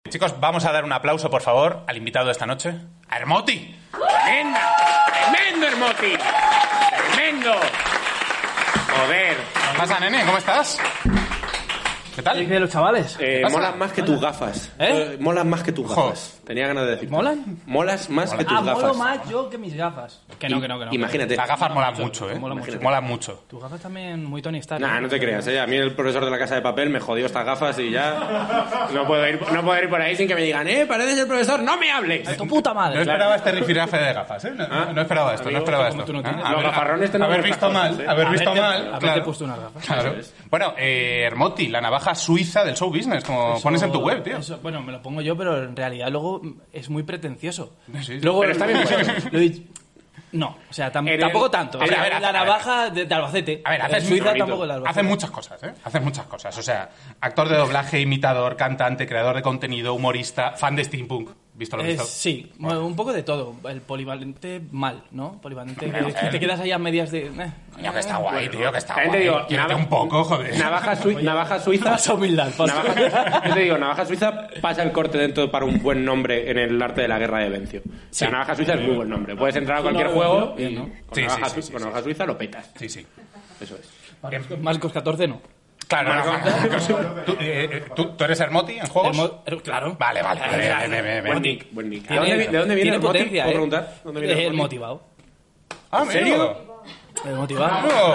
Chicos, vamos a dar un aplauso, por favor, al invitado de esta noche, a Hermoti. ¡Tremenda! ¡Tremendo, Hermoti! ¡Tremendo! Joder. ¿Qué pasa, nene? ¿Cómo estás? ¿Qué tal? ¿Qué de los chavales? Eh, pasa? molas más que tus gafas. ¿Eh? Eh, molas más que tus gafas. Tenía ganas de decir. ¿Molan? Molas más que tus Ah, gafas. molo más yo que mis gafas. Que no, que no, que no. Imagínate. Las gafas molan mucho, ¿eh? Mola mucho. Molan mucho. Tus gafas también muy Tony Stark. Nah, no te creas, ¿eh? A mí el profesor de la Casa de Papel me jodió estas gafas y ya no puedo ir, no puedo ir por ahí sin que me digan, ¡eh, pareces el profesor! ¡No me hables! ¡A tu puta No madre! esperaba este rifirafe de gafas, ¿eh? No, ¿Ah? no esperaba esto, no Amigo, esperaba como esto. tú no tienes. ¿Ah? Los Haber- gafarrones tenemos Haber nuestras visto cosas, mal, ¿eh? haber visto Haberte- mal, haberte claro. puesto unas gafas. Claro. Bueno, eh, Hermoti, la navaja suiza del show business, como Eso- pones en tu web, tío. eso- bueno, me lo pongo yo, pero en realidad luego es muy pretencioso. Sí, sí. Luego, Pero está bien puesto. lo he dicho- No, o sea, tam- En el- tampoco tanto. A ver, O sea, a ver, la a ver. navaja de, de Albacete. A ver, La haces Suiza bonito. tampoco es de Albacete. Haces muchas cosas, ¿eh? Haces muchas cosas. O sea, actor de doblaje, imitador, cantante, creador de contenido, humorista, fan de steampunk. ¿Visto lo Eh, visto? sí, bueno, un poco de todo. El polivalente mal, ¿no? Polivalente que, Bueno, que eh. te quedas ahí a medias de... eh. Coño, que está guay, tío, que está También guay. te digo, Quiérete nada- un poco, joder. Navaja, sui- navaja suiza. Pasa humildad, pasa. Navaja, yo te digo, navaja suiza pasa el corte dentro para un buen nombre en el arte de la guerra de Vencio. O sea, Sí. navaja suiza es muy buen nombre. Puedes entrar a cualquier No, juego bien, y ¿no? con, Sí, navaja, sí, sí, sui- sí, con sí. navaja suiza lo petas. Sí, sí. Eso es. Marcos catorce no. Claro, no, no. ¿Tú, eh, eh, ¿tú, tú eres Hermoti en juegos? Hermo- er- claro. Vale, vale. Claro, bien, claro. bien, bien, bien. Buen nick, buen nick. ¿De Tiene- dónde, vi- de dónde viene tiene el moti? potencia, ¿Puedo eh. preguntar? ¿Dónde viene Es el el moti? motivado. Ah, ¿En serio? El motivado. Oh.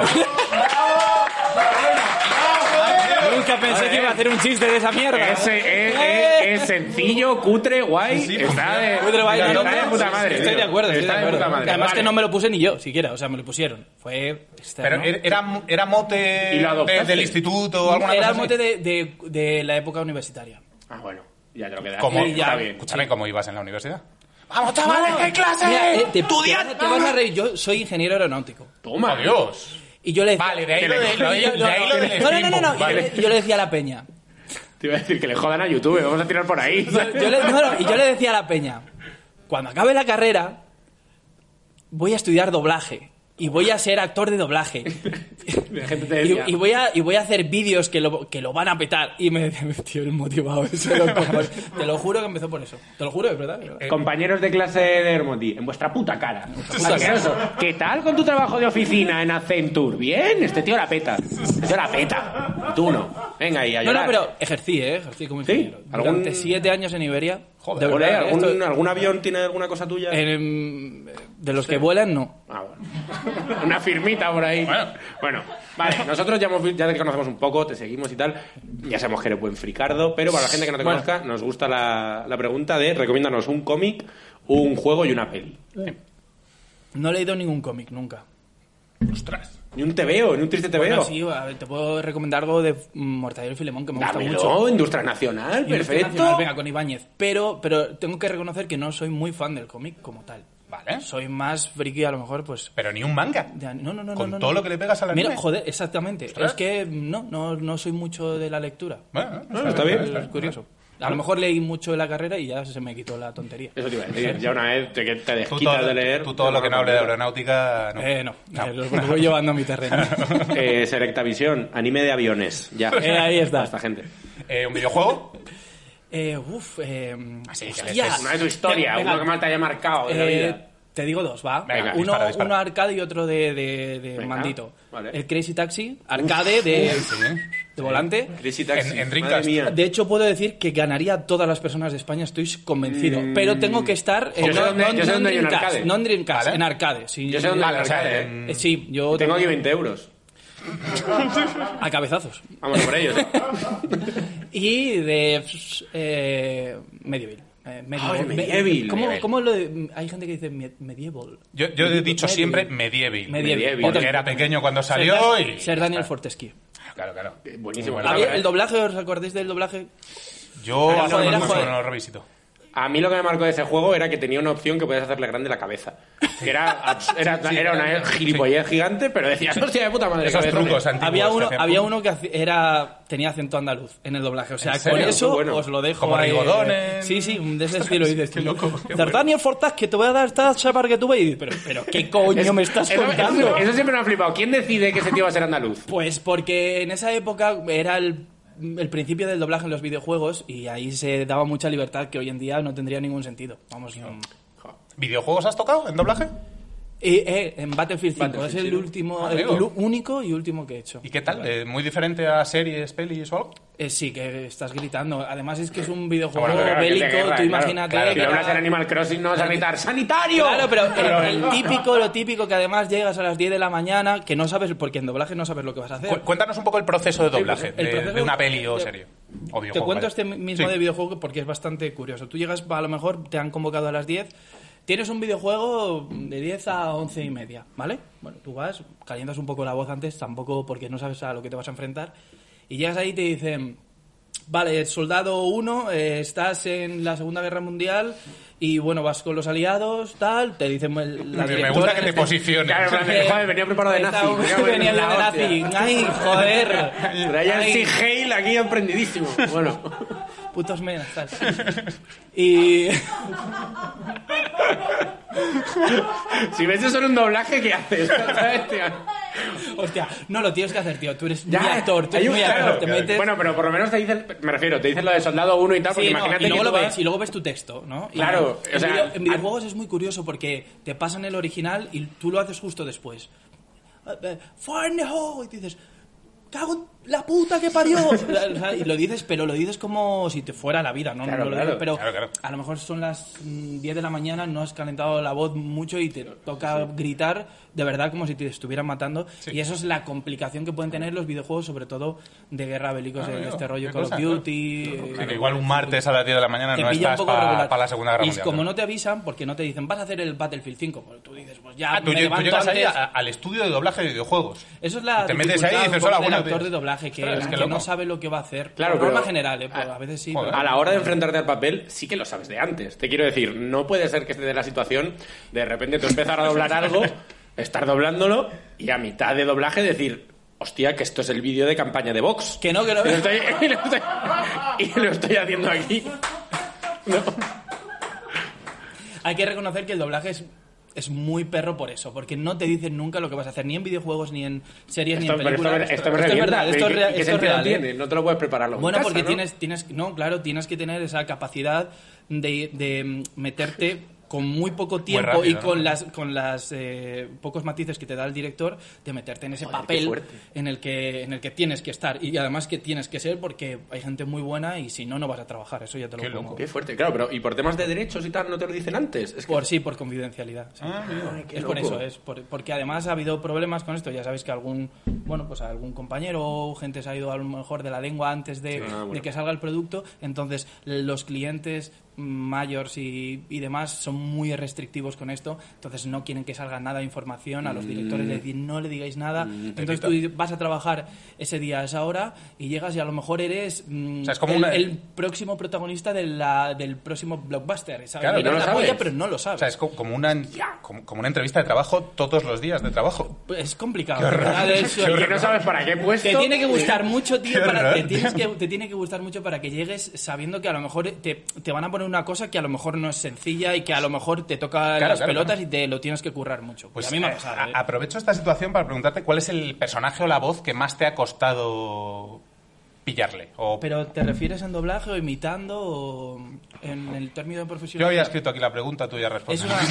Nunca pensé que iba a hacer un chiste de esa mierda. Es, es- Eh. es- es sencillo, cutre, guay. está de, Cutre, guay, está no, de no, puta sí, madre. Estoy tío. de acuerdo, estoy Está de de acuerdo. puta madre. Además Vale. que no me lo puse ni yo, siquiera. O sea, me lo pusieron. Fue externo. Pero era, era mote ¿Y lo de- adoptaste? del instituto o alguna Era cosa el mote así? de, de, de la época universitaria. Ah, bueno. Ya te lo quedas. ¿Cómo? Sí, ya. Está bien. Escúchame, ¿cómo ibas en la universidad? ¡Vamos, chavales, que hay clase! Mira, eh, te, ¡Estudiad! te, te vas a reír. Yo soy ingeniero aeronáutico. Toma. ¡Oh, Dios! Y yo le decía... Vale, de ahí Que lo le- de- lo de- yo- de ahí lo del no, no, no, no, no. steampunk, Y yo vale. le- yo le decía a la peña... Te iba a decir que le jodan a YouTube. Vamos a tirar por ahí. Yo, yo le, no, no, y yo le decía a la peña, cuando acabe la carrera, voy a estudiar doblaje. Y voy a ser actor de doblaje. La gente te Y, decía. y voy a, y voy a hacer vídeos que lo, que lo van a petar. Y me metió el motivado ese. Lo cojones. Te lo juro que empezó por eso. Te lo juro, es verdad. es verdad. Compañeros de clase de Hermoti, en vuestra puta cara. puta Asqueroso. ¿Qué tal con tu trabajo de oficina en Accenture? Bien, este tío la peta. Este tío la peta. Y tú no. Venga ahí, a No, no, llorar. pero ejercí, ¿eh? Ejercí como ¿Sí? ingeniero. ¿Algún- Durante siete años en Iberia. Joder, de Ole, verdad, ¿algún, esto- ¿Algún avión tiene alguna cosa tuya? en- de los que vuelan, no. Ah, bueno. Una firmita por ahí. Bueno. Bueno, vale, nosotros ya, hemos, ya te conocemos un poco, te seguimos y tal. Ya sabemos que eres buen fricardo, pero para la gente que no te Bueno. conozca, nos gusta la, la pregunta de recomiéndanos un cómic, un juego y una peli. No he leído ningún cómic, nunca. ¡Ostras! Ni un tebeo, ni un triste tebeo. Bueno, sí, a ver, te puedo recomendar algo de mm, Mortadelo y Filemón, que me gusta Dámelo, mucho. Industria Nacional, Industria perfecto. Nacional, venga, con Ibáñez. Pero, pero tengo que reconocer que no soy muy fan del cómic como tal. Vale. Soy más friki, a lo mejor, pues... Pero ni un manga. de- no, no, no, Con no, no, todo no. lo que le pegas al anime. Mira, joder, exactamente. Ostras. Es que no, no, no soy mucho de la lectura. Bueno, Bueno, está bien. Es curioso. A lo mejor leí mucho en la carrera y ya se me quitó la tontería. Eso te iba a decir, ya una vez te, que te Tú desquitas todo, de leer... tú todo lo que no hable de aeronáutica... No. Eh, no, eh, lo, lo voy llevando a mi terreno. Eh, Selectavisión, anime de aviones, ya. Eh, ahí está. Para esta gente. Eh, ¿Un videojuego? Eh, uf, eh, Así que hostia. les- Una de tu historia, Venga, uno que más te haya marcado en la Eh, vida. te digo dos, ¿va? Venga, uno, dispara, dispara. uno arcade y otro de, de, de Venga, mandito. vale. El Crazy Taxi, arcade de, Sí. de volante. Crazy Taxi, En- en madre Dreamcast. mía. De hecho, puedo decir que ganaría a todas las personas de España, estoy convencido. Pero tengo que estar en, Yo sé no, dónde- no- yo sé no dónde hay un Dreamcast, arcade. no en Dreamcast, Vale. en arcade. Sí, Yo sé dónde Vale, hay o sea, arcade, en- eh. Eh, sí, yo Tengo aquí veinte euros. a cabezazos. Vamos por ellos. ¿eh? Y de eh, Medieval. Eh, medieval. Ay, Me- medieval. ¿Cómo, Medieval. cómo lo de- hay gente que dice me- medieval? Yo, yo he dicho siempre medieval. Medieval. Porque era pequeño cuando salió Ser, y... ser Daniel Fortescue. Claro, claro. Buenísimo. Bueno, Había- ¿eh? ¿El doblaje, os acordáis del doblaje? Yo Era hace joder, era mucho joder. que no lo revisito. A mí lo que me marcó de ese juego era que tenía una opción que podías hacerle grande la cabeza. Que era, abs- era, era una gilipollez gigante, pero decías, hostia de puta madre. Esos cabezones". trucos antiguos. Había uno, que hacían- había uno que haci- era tenía acento andaluz en el doblaje. O sea, ¿En con serio? eso Qué bueno. os lo dejo Como ahí. Rigodones. Sí, sí, de ese estilo. Y dices, Qué loco, qué "Ser bueno. Daniel Fortas, que te voy a dar esta chapa para que tú veas. Pero, pero, ¿qué coño Es- me estás eso, contando? Eso, eso siempre me ha flipado. ¿Quién decide que ese tío va a ser andaluz? Pues porque en esa época era el el principio del doblaje en los videojuegos y ahí se daba mucha libertad que hoy en día no tendría ningún sentido. Vamos, no. ¿Videojuegos has tocado en doblaje? Eh, eh, en Battlefield cinco, Battlefield, es el sí. último, Ah, el, amigo. el único y último que he hecho. ¿Y qué tal? Eh, ¿Muy diferente a series, pelis o algo? Eh, sí, que estás gritando. Además es que es un videojuego Bueno, claro, que es de bélico, guerra, tú claro. imagínate... Claro, si que hablas era- en Animal Crossing no vas a gritar ¡sanitario! Claro, pero el, el típico, lo típico que además llegas a las diez de la mañana, que no sabes, porque en doblaje no sabes lo que vas a hacer. Cu- Cuéntanos un poco el proceso de doblaje el de, proceso- de una peli o te- serie. O Te videojuego, cuento vaya. este mismo Sí. de videojuego porque es bastante curioso. Tú llegas, a lo mejor te han convocado a las diez, tienes un videojuego de diez a once y media, ¿vale? Bueno, tú vas, calientas un poco la voz antes, tampoco porque no sabes a lo que te vas a enfrentar, y llegas ahí y te dicen, vale, soldado uno, eh, estás en la Segunda Guerra Mundial y bueno, vas con los aliados, tal, te dicen... el- la Me directora gusta que en te este- posiciones. Claro, en plan de, joder, venía preparado de Está- nazi. Me cago en venía la de nazi. hostia. Ay, joder. Traía el Ay. Sig Heil aquí emprendidísimo. Bueno. Putos menas, tal. Y... Si ves eso en un doblaje, ¿qué haces? ¿Sabes, tío? Hostia, no lo tienes que hacer, tío. Tú eres Ya, muy actor, tú hay eres un- muy claro, actor. Te metes... Bueno, pero por lo menos te dicen, me refiero, te dicen lo de soldado uno y tal, porque Sí, no, imagínate y luego que lo tú ves vas- y luego ves tu texto, ¿no? Y Claro, en, o sea, video- en an- videojuegos es muy curioso porque te pasan el original y tú lo haces justo después. Eh, eh, Fire in the hole, y te dices, cago en la puta que parió. O sea, y lo dices, pero lo dices como si te fuera la vida, ¿no? Claro, No lo claro, dices, pero claro, claro. a lo mejor son las mm, diez de la mañana, no has calentado la voz mucho y te toca gritar de verdad como si te estuvieran matando. Y eso es la complicación que pueden tener los videojuegos, sobre todo de guerra bélicos, Ah, de amigo, este rollo qué Call cosa, of Duty. claro. eh, Claro, igual un martes a las diez de la mañana te no pilla un estás poco regular. para la Segunda Guerra y Mundial. como ¿no? no te avisan, porque no te dicen, vas a hacer el Battlefield cinco, pues tú dices, pues ya Ah, tú, me lle- tú levanto llegas ahí antes. a- al estudio de doblaje de videojuegos. Eso es la te metes ahí y dificultad dices, un poco hola, del buenos actor días. de doblaje, que, Ostras, es que que no loco. sabe lo que va a hacer. Claro, Por norma pero- general, eh, pues, a veces sí. Joder. pero- A la hora de enfrentarte al papel, sí que lo sabes de antes. Te quiero decir, no puede ser que esté de la situación de repente tú empezar a doblar algo, estar doblándolo y a mitad de doblaje decir, hostia, que esto es el vídeo de campaña de Vox. Que no, que no. Y lo estoy, y lo estoy, y lo estoy haciendo aquí. No. Hay que reconocer que el doblaje es, es muy perro por eso, porque no te dicen nunca lo que vas a hacer, ni en videojuegos, ni en series, Esto, ni en pero esto, películas. me- esto me es revienta. verdad, esto es ¿Qué- real. ¿Qué esto es sentido real, ¿eh? tiene? No te lo puedes prepararlo en Bueno, casa, porque ¿no? tienes, tienes, no, claro, tienes que tener esa capacidad de, de meterte con muy poco tiempo rápido, y ¿no? con las con las eh, pocos matices que te da el director de meterte en ese Joder, qué papel fuerte. en el que en el que tienes que estar y además que tienes que ser porque hay gente muy buena y si no no vas a trabajar, eso ya te lo Qué pongo. loco. Qué fuerte, claro, pero y por temas de derechos y tal, ¿no te lo dicen antes? Es que... Por sí, por confidencialidad. sí. Ah, amigo. Ay, qué Es por loco. eso, es por- porque además ha habido problemas con esto. Ya sabéis que algún, bueno, pues algún compañero o gente se ha ido a lo mejor de la lengua antes de, Ah, bueno. de que salga el producto. Entonces los clientes mayores y, y demás son muy restrictivos con esto. Entonces no quieren que salga nada de información a los directores, de decir no le digáis nada. Entonces tú vas a trabajar ese día a esa hora y llegas y a lo mejor eres mm, O sea, es como el, una- el próximo protagonista de la, del próximo blockbuster. ¿sabes? Claro, Miras no lo la polla, sabes. pero no lo O sabes. sea, es co- como una, como, como una entrevista de trabajo todos los días de trabajo. Es complicado. Qué horror. ¿verdad? Es- Y que no sabes para qué he puesto. Te tiene que gustar mucho, tío, Qué para, horror. te, tienes que, te tiene que gustar mucho para que llegues sabiendo que a lo mejor te, te van a poner una cosa que a lo mejor no es sencilla y que a lo mejor te toca Claro, las claro, pelotas claro. y te lo tienes que currar mucho. Pues Y a mí me ha eh, pasado. a- ¿eh? aprovecho esta situación para preguntarte cuál es el personaje o la voz que más te ha costado pillarle. O ¿Pero te refieres en doblaje o imitando o en el término profesional? yo había escrito aquí la pregunta, tú ya respondes. Es una...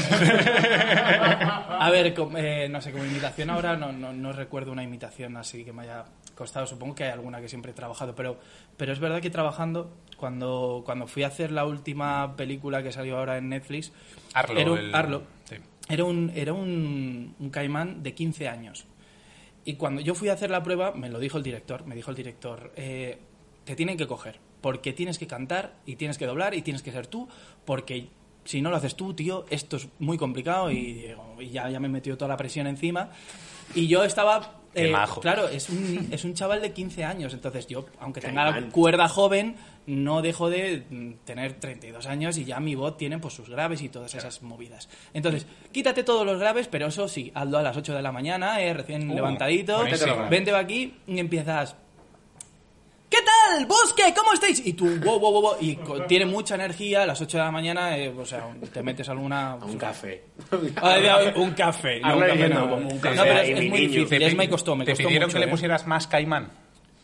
A ver, com- eh, no sé, como imitación ahora no, no, no recuerdo una imitación así que me haya costado. Supongo que hay alguna que siempre he trabajado, pero, pero es verdad que trabajando, cuando, cuando fui a hacer la última película que salió ahora en Netflix, Arlo. era un, el- Arlo, sí. era, un, era un, un caimán de quince años. Y cuando yo fui a hacer la prueba, me lo dijo el director, me dijo el director, eh, te tienen que coger, porque tienes que cantar y tienes que doblar y tienes que ser tú, porque si no lo haces tú, tío, esto es muy complicado y, digo, y ya, ya me metió toda la presión encima. Y yo estaba... Qué eh, majo. claro, es un, es un chaval de quince años, entonces yo, aunque tenga la Caimán. cuerda joven, no dejo de mm, tener treinta y dos años y ya mi voz tiene pues sus graves y todas esas movidas. Entonces, quítate todos los graves, pero eso sí, hazlo a las ocho de la mañana, eh, recién Uh, levantadito, buenísimo. vente aquí y empiezas... ¿Qué tal? ¿Bosque? ¿Cómo estáis? Y tú, wow, wow, wow, wow, y co- tiene mucha energía, a las ocho de la mañana, eh, o sea, te metes alguna... Un café. Ay, ay, un café. No, Habla un café diciendo, no, un no, café pero ahí, es, es mi muy niño. difícil, Te es pi- me costó, me ¿Te costó pidieron mucho, que le eh. pusieras más caimán?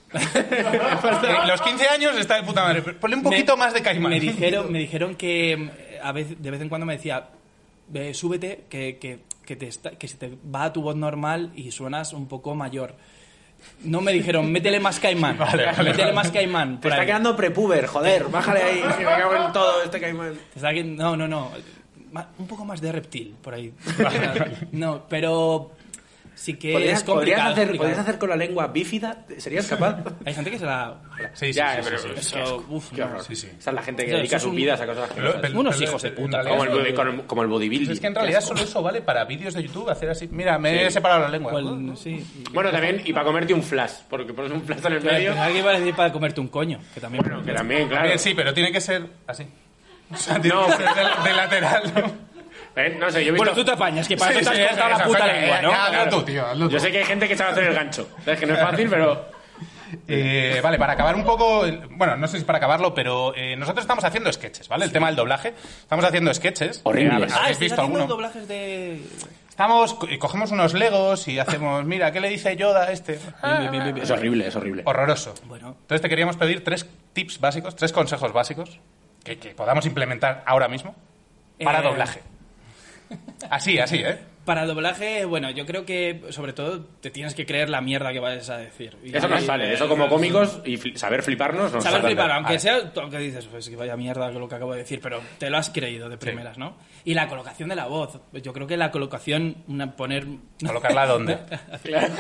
En los quince años está de puta madre. Ponle un poquito Me- más de Caimán. Me dijeron, me dijeron que eh, a veces, de vez en cuando me decía, eh, súbete, que, que, que, te está- que se te va a tu voz normal y suenas un poco mayor. No me dijeron, métele más Caimán. Vale, vale, métele vale. más Caimán. Te por está ahí. quedando prepuber, joder, bájale ahí, que me cago en todo este caimán. Te está que- No, no, no. Ma- Un poco más de reptil, por ahí. No, pero sí que ¿Podrías, es complicado. podrías hacer, complicado. ¿Podrías hacer con la lengua bífida? ¿Serías capaz? Hay gente que se la... Sí, sí, Ya, sí, pero sí, sí. Eso, uf, Qué no. horror. Sí, sí. Esa es la gente que Eso dedica es sus un- vidas a cosas Pero- asquerosas. pero- Unos pero- hijos de en puta. realidad Como el, eso- body- como, como el bodybuilding. Es que en realidad solo eso vale para vídeos de YouTube, hacer así. Mira, me he separado la lengua. O el- sí. Bueno, también, y para comerte un flash, porque pones un flash en el medio. Pensaba que iba a decir para comerte un coño, que también... Bueno, que también, claro. También sí, pero tiene que ser así. O sea, tiene No. que ser de, de lateral, ¿no? ¿Eh? No sé, yo he visto... Bueno, tú te apañas, que para Sí, eso te sí, has cortado eso, la puta eso, lengua, eh, ¿no? ya, hazlo Claro. tú, tío, hazlo tú. Yo sé que hay gente que sabe hacer el gancho. ¿Sabes? Que no es fácil, pero... Eh, vale, para acabar un poco, bueno, no sé si para acabarlo, pero eh, nosotros estamos haciendo sketches, ¿vale? El tema del doblaje. Estamos haciendo sketches. Horribles. Eh, ¿Habéis Ah, ¿estás visto haciendo alguno? doblajes de...? Estamos, co- eh, cogemos unos legos y hacemos, mira, ¿qué le dice Yoda a este? Bien, bien, bien, bien. Es horrible, es horrible. Horroroso. Bueno. Entonces te queríamos pedir tres tips básicos, tres consejos básicos que, que podamos implementar ahora mismo para Eh, doblaje. Así, así, ¿eh? Para doblaje, bueno, yo creo que sobre todo te tienes que creer la mierda que vayas a decir. Y- Eso nos sale. Eso como cómicos y fli- saber fliparnos nos Saber sale. flipar, aunque Vale. sea, aunque dices, pues que vaya mierda que lo que acabo de decir, pero te lo has creído de primeras, ¿no? Y la colocación de la voz, yo creo que la colocación, una, poner... ¿Colocarla dónde? Claro.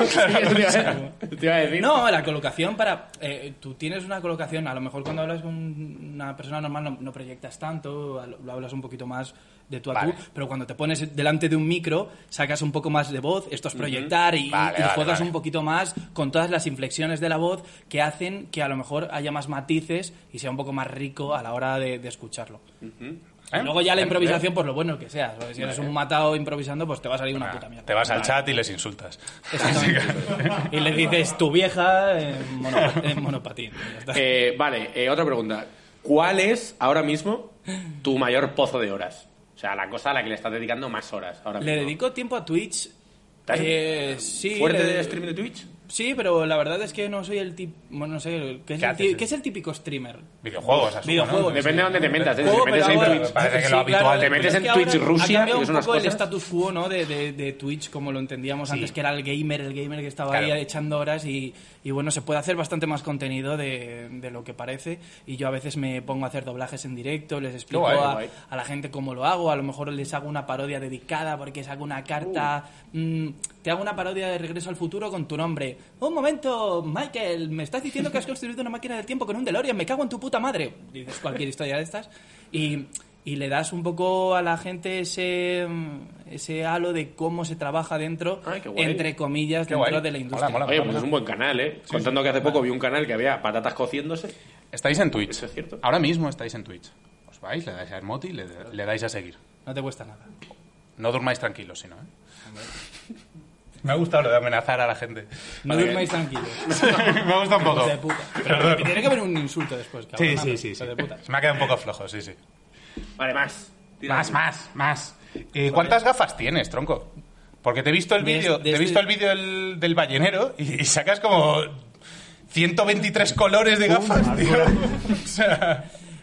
Te iba a decir. No, la colocación para... eh, tú tienes una colocación, a lo mejor cuando hablas con una persona normal no, no proyectas tanto, lo, lo hablas un poquito más de tú a Vale. tú, pero cuando te pones delante de un micro, sacas un poco más de voz, esto es proyectar y, Vale, y vale, juegas vale. un poquito más con todas las inflexiones de la voz que hacen que a lo mejor haya más matices y sea un poco más rico a la hora de, de escucharlo. ¿Eh? Y luego ya la Bien, improvisación, pues lo bueno que sea. Si eres un matado improvisando, pues te va a salir una bien. puta mierda. Te vas al chat y les insultas. Exactamente. Y le dices tu vieja en, monopa- en monopatín. y ya está. Eh, vale, eh, otra pregunta. ¿Cuál es ahora mismo tu mayor pozo de horas? O sea, la cosa a la que le estás dedicando más horas ahora mismo. Le dedico tiempo a Twitch. ¿Estás Eh, sí, ¿Fuerte le- de streaming de Twitch? Sí, pero la verdad es que no soy el tipo... Bueno, no sé, ¿qué es, ¿Qué el, haces? ti- ¿qué es el típico streamer? Videojuegos, asumo, Videojuegos. ¿no? Depende de dónde te metas. ¿eh? Si Juego, te metes pero en ahora- Twitch... Parece que sí, lo habitual- te pero metes es en que Twitch ahora Rusia, ha cambiado y es un unas poco el cosas. status quo, ¿no? de, de, de Twitch como lo entendíamos antes, que era el gamer, el gamer que estaba Claro. ahí echando horas y, y bueno, se puede hacer bastante más contenido de, de lo que parece y yo a veces me pongo a hacer doblajes en directo, les explico guay, qué a, guay. a la gente cómo lo hago, a lo mejor les hago una parodia dedicada porque saco una carta, Uh. mm, te hago una parodia de Regreso al Futuro con tu nombre. Un momento, Michael, me estás diciendo que has construido una máquina del tiempo con un DeLorean, me cago en tu puta madre. Dices cualquier historia de estas y, y le das un poco a la gente ese, ese halo de cómo se trabaja dentro, Ay, qué guay. entre comillas, Qué dentro guay. de la industria. Mola, mola. Oye, pues es un buen canal, ¿eh? Contando que hace poco vi un canal que había patatas cociéndose. Estáis en Twitch. Eso es cierto. Ahora mismo estáis en Twitch. Os vais, le dais a Hermoti y le, le dais a seguir. No te cuesta nada. No durmáis tranquilos, sino, ¿eh? Me ha gustado lo de amenazar a la gente. No Vale. durmáis tranquilos. Me gusta un poco. Hijo de puta. Pero que tiene que haber un insulto después, Sí, cabrón. sí, sí. Hijo sí. de puta. Se me ha quedado un poco flojo, sí, sí. Vale, más. Tira. Más, más, más. Eh, ¿Cuántas gafas tienes, tronco? Porque te he visto el De- vídeo de te he este- visto el vídeo del, del ballenero y, y sacas como ciento veintitrés colores de gafas, tío. O sea,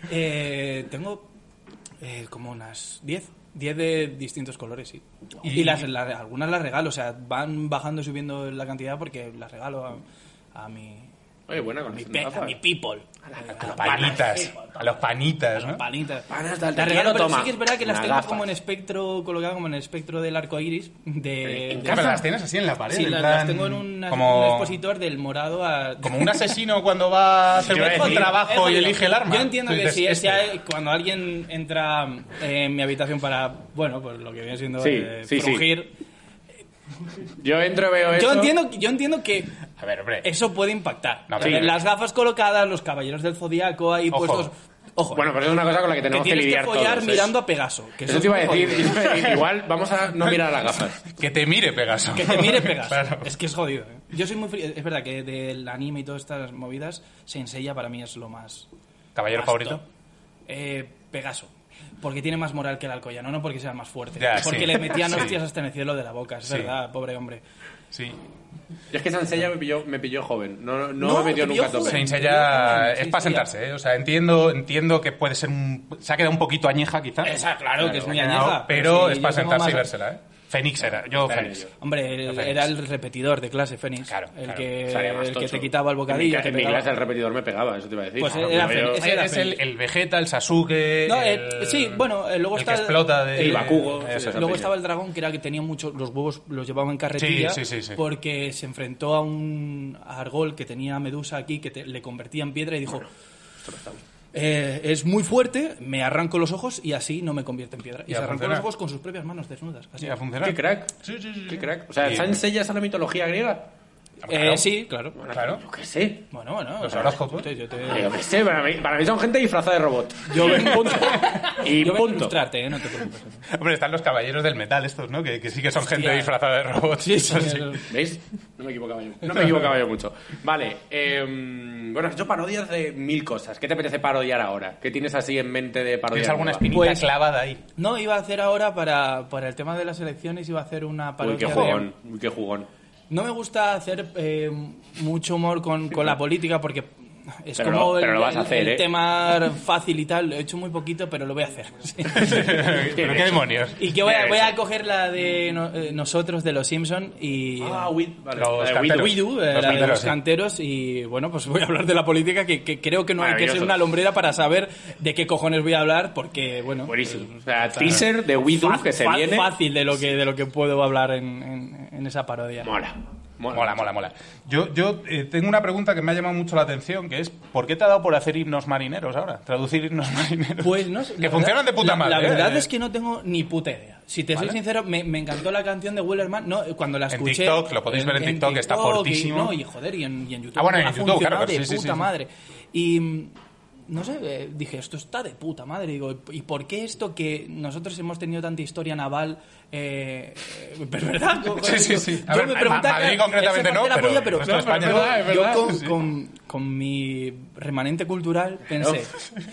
Eh, tengo eh, como unas diez. diez de distintos colores, sí. Y- Y, las, las- algunas las regalo, o sea, van bajando y subiendo la cantidad porque las regalo a, a mi... Oye, buena A mi, conexión pe- de a gafas. mi people. a los panitas, a los panitas, Las ¿no? panitas. Panas de alta Las quiero, regalo, pero toma. sí que es verdad que las Unas tengo gafas. como en espectro, colocado como en el espectro del arco iris. De, ¿En de- qué las tienes así en la pared? Sí, en las, plan, las tengo en un, como, un expositor del morado a... como un asesino cuando va a hacer Te iba a un decir, trabajo y Eso, elige el arma. Yo entiendo Tú que dices, si, este. si hay- cuando alguien entra eh, en mi habitación para, bueno, pues lo que viene siendo Sí, eh, sí, sí. frungir, Yo entro y veo eso. yo entiendo, yo entiendo que A ver, hombre. eso puede impactar. No, A pero- ver, las gafas colocadas, los caballeros del zodiaco ahí Ojo. puestos. Ojo, Bueno, pero es una cosa con la que que tenemos que, tienes que, lidiar follar todos. ¿eh? mirando a Pegaso. Que Eso es te iba a muy decir. jodido. Igual vamos a no mirar las gafas. Que te mire Pegaso. Que te mire Pegaso. Claro. Es que es jodido. ¿eh? Yo soy muy fri- Es verdad que del anime y todas estas movidas, Saint Seiya para mí es lo más. ¿Caballero más favorito? top. Eh, Pegaso. Porque tiene más moral que el Alcoyano, no porque sea más fuerte. Ya, porque sí. le metían Sí. hostias hasta en el cielo de la boca, es Sí. verdad, pobre hombre. Sí. Yo es que Saint Seiya me pilló, me pilló joven. No, no, No, me metió te pilló nunca a tope. joven. Saint Seiya Sí, es sí, para sí. sentarse, ¿eh? O sea, entiendo, entiendo que puede ser un... Se ha quedado un poquito añeja, quizá. Esa, claro, que es muy ha quedado, añeja. Pero sí, es yo para tengo sentarse más- y vérsela, ¿eh? Fénix era, yo Fénix. yo. Hombre, él Fénix. era el repetidor de clase, Fénix. Claro, el claro. que, Estaría más el que tocho. te quitaba el En mi, bocadillo. ca- te en mi pegaba. clase el repetidor me pegaba, eso te iba a decir. Pues No, era pero yo- Fénix. Ese era Es el, Fénix. el Vegeta, el Sasuke... No, el, eh, sí, bueno, eh, luego el está que explota de... el Bakugo, Eso sí, es. esa Luego peña. estaba el dragón, que era que tenía muchos, los huevos los llevaba en carretilla, Sí, sí, sí, sí. porque se enfrentó a un Argol que tenía Medusa aquí, que te- le convertía en piedra y dijo, eh, es muy fuerte, me arranco los ojos y así no me convierte en piedra. Y Ya se arrancó funciona. los ojos con sus propias manos desnudas. Así. Sí, a funcionar. ¿Qué crack? Sí, sí, sí. ¿Qué crack? O sea, Sí. ¿Saint Seiya es la mitología griega? Eh, Claro. sí, claro. Bueno, Claro. Yo qué sé. Bueno, bueno. Los o sea, horóscopos. yo te- yo te- Yo qué sé, para mí, para mí son gente disfrazada de robot. Yo vengo, punto. Y yo vengo a punto. ilustrarte, eh, no te preocupes. Hombre, están los caballeros del metal estos, ¿no? Que, que sí que son gente Hostia. disfrazada de robots. Sí, sí, Eso eso- ¿Veis? No me equivocaba yo. No me equivocaba yo mucho. Vale. eh, bueno, has hecho parodias de mil cosas. ¿Qué te apetece parodiar ahora? ¿Qué tienes así en mente de parodiar? ¿Tienes alguna nueva? espinita Pues- clavada ahí? No, iba a hacer ahora para, para el tema de las elecciones, iba a hacer una Uy, parodia qué de... jugón. Uy, qué jugón. No me gusta hacer eh, mucho humor con, con la política porque es Pero como lo- pero el, lo vas a el- hacer, el ¿eh? tema fácil y tal. Lo he hecho muy poquito, pero lo voy a hacer. Sí. ¿Pero qué demonios? Y que voy a, Bien voy a hecho. coger la de no- eh, nosotros, de los Simpson y... Ah, Wid. Vale. Los La de canteros. Widow. Widow, eh, Los la de canteros, los sí. canteros, y bueno, pues voy a hablar de la política, que, que creo que no hay que ser Maravilloso. una lombrera para saber de qué cojones voy a hablar, porque bueno, Buenísimo. O sea, teaser de Widow fa- que se fa- viene. fácil de lo que de lo que puedo hablar en, en- en esa parodia. Mola. Mola, Mola, mola, mola. Yo, yo eh, tengo una pregunta que me ha llamado mucho la atención, que es ¿por qué te ha dado por hacer himnos marineros ahora? Traducir himnos marineros. Pues no sé, que la funcionan verdad- de puta la- madre. La verdad ¿eh? es que no tengo ni puta idea. Si te Vale. soy sincero, me, me encantó la canción de Wellerman. No, cuando la En escuché. TikTok, lo podéis ver en TikTok, está y- fortísimo. no, y joder, y en, y en YouTube. Ah, bueno, en ha YouTube, funcionado claro, de sí, sí, puta sí, sí. madre. Y. mm, No sé, eh, dije, esto está de puta madre. Digo, ¿y por qué esto que nosotros hemos tenido tanta historia naval? Eh, eh, ¿pero verdad? Sí, sí, sí. A Yo ver, me Ma- preguntaba, Madrid claro, concretamente esa no, parte la pero polla, pero el resto de claro, España yo- no. Es yo verdad, con, sí. con, con mi remanente cultural pensé,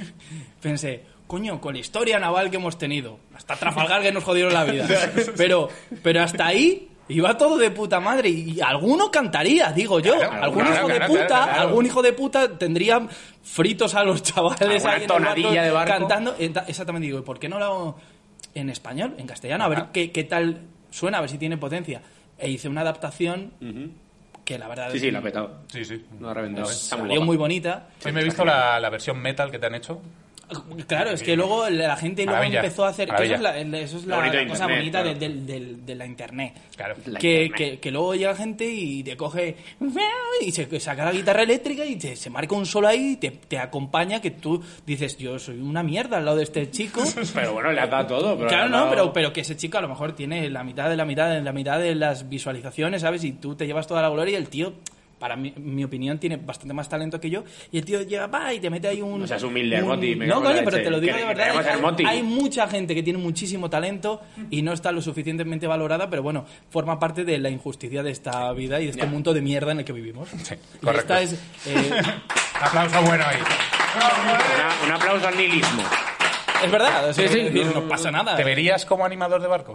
pensé, coño, con la historia naval que hemos tenido, hasta Trafalgar que nos jodieron la vida, pero, pero hasta ahí iba todo de puta madre y alguno cantaría, digo yo, Claro, algún claro, hijo de claro, puta, claro, claro. algún hijo de puta tendría fritos a los chavales Alguna ahí en el tonadilla barco de barco. cantando. Enta- Exactamente, digo, ¿y por qué no lo hago en español, en castellano? A ver qué, qué tal suena, a ver si tiene potencia. E hice una adaptación que la verdad Sí, sí, la ha petado. Sí, sí. No ha reventado. ¿eh? Está muy salió guapa. muy bonita. Hoy me he visto la, la versión metal que te han hecho. Claro, es que luego la gente luego Maravilla, empezó a hacer... que eso es maravilla. la, eso es Lo la, bonito de la cosa Internet, bonita claro. de, de- de- de la internet. Claro. La Que, internet. que, que luego llega gente y te coge y se saca la guitarra eléctrica y te, se marca un solo ahí y te, te acompaña, que tú dices, yo soy una mierda al lado de este chico. Pero bueno, le ha dado todo. Pero Claro, le ha no, dado- pero, pero que ese chico a lo mejor tiene la mitad de la mitad de la mitad de las visualizaciones, ¿sabes? Y tú te llevas toda la gloria y el tío, para mi, mi opinión, tiene bastante más talento que yo. Y el tío llega, va, y te mete ahí un... No seas humilde, un- Moti, me No, cago en la coño, pero leche. te lo digo Que- de que verdad. queremos ser Hay, Moti. hay mucha gente que tiene muchísimo talento y no está lo suficientemente valorada, pero bueno, forma parte de la injusticia de esta vida y de este Ya. mundo de mierda en el que vivimos. Sí, Y correcto. esta es... eh, Aplauso bueno ahí. Una- un aplauso al nihilismo. es verdad, o sea, Sí, sí. es decir, no pasa nada. ¿Te verías como animador de barco?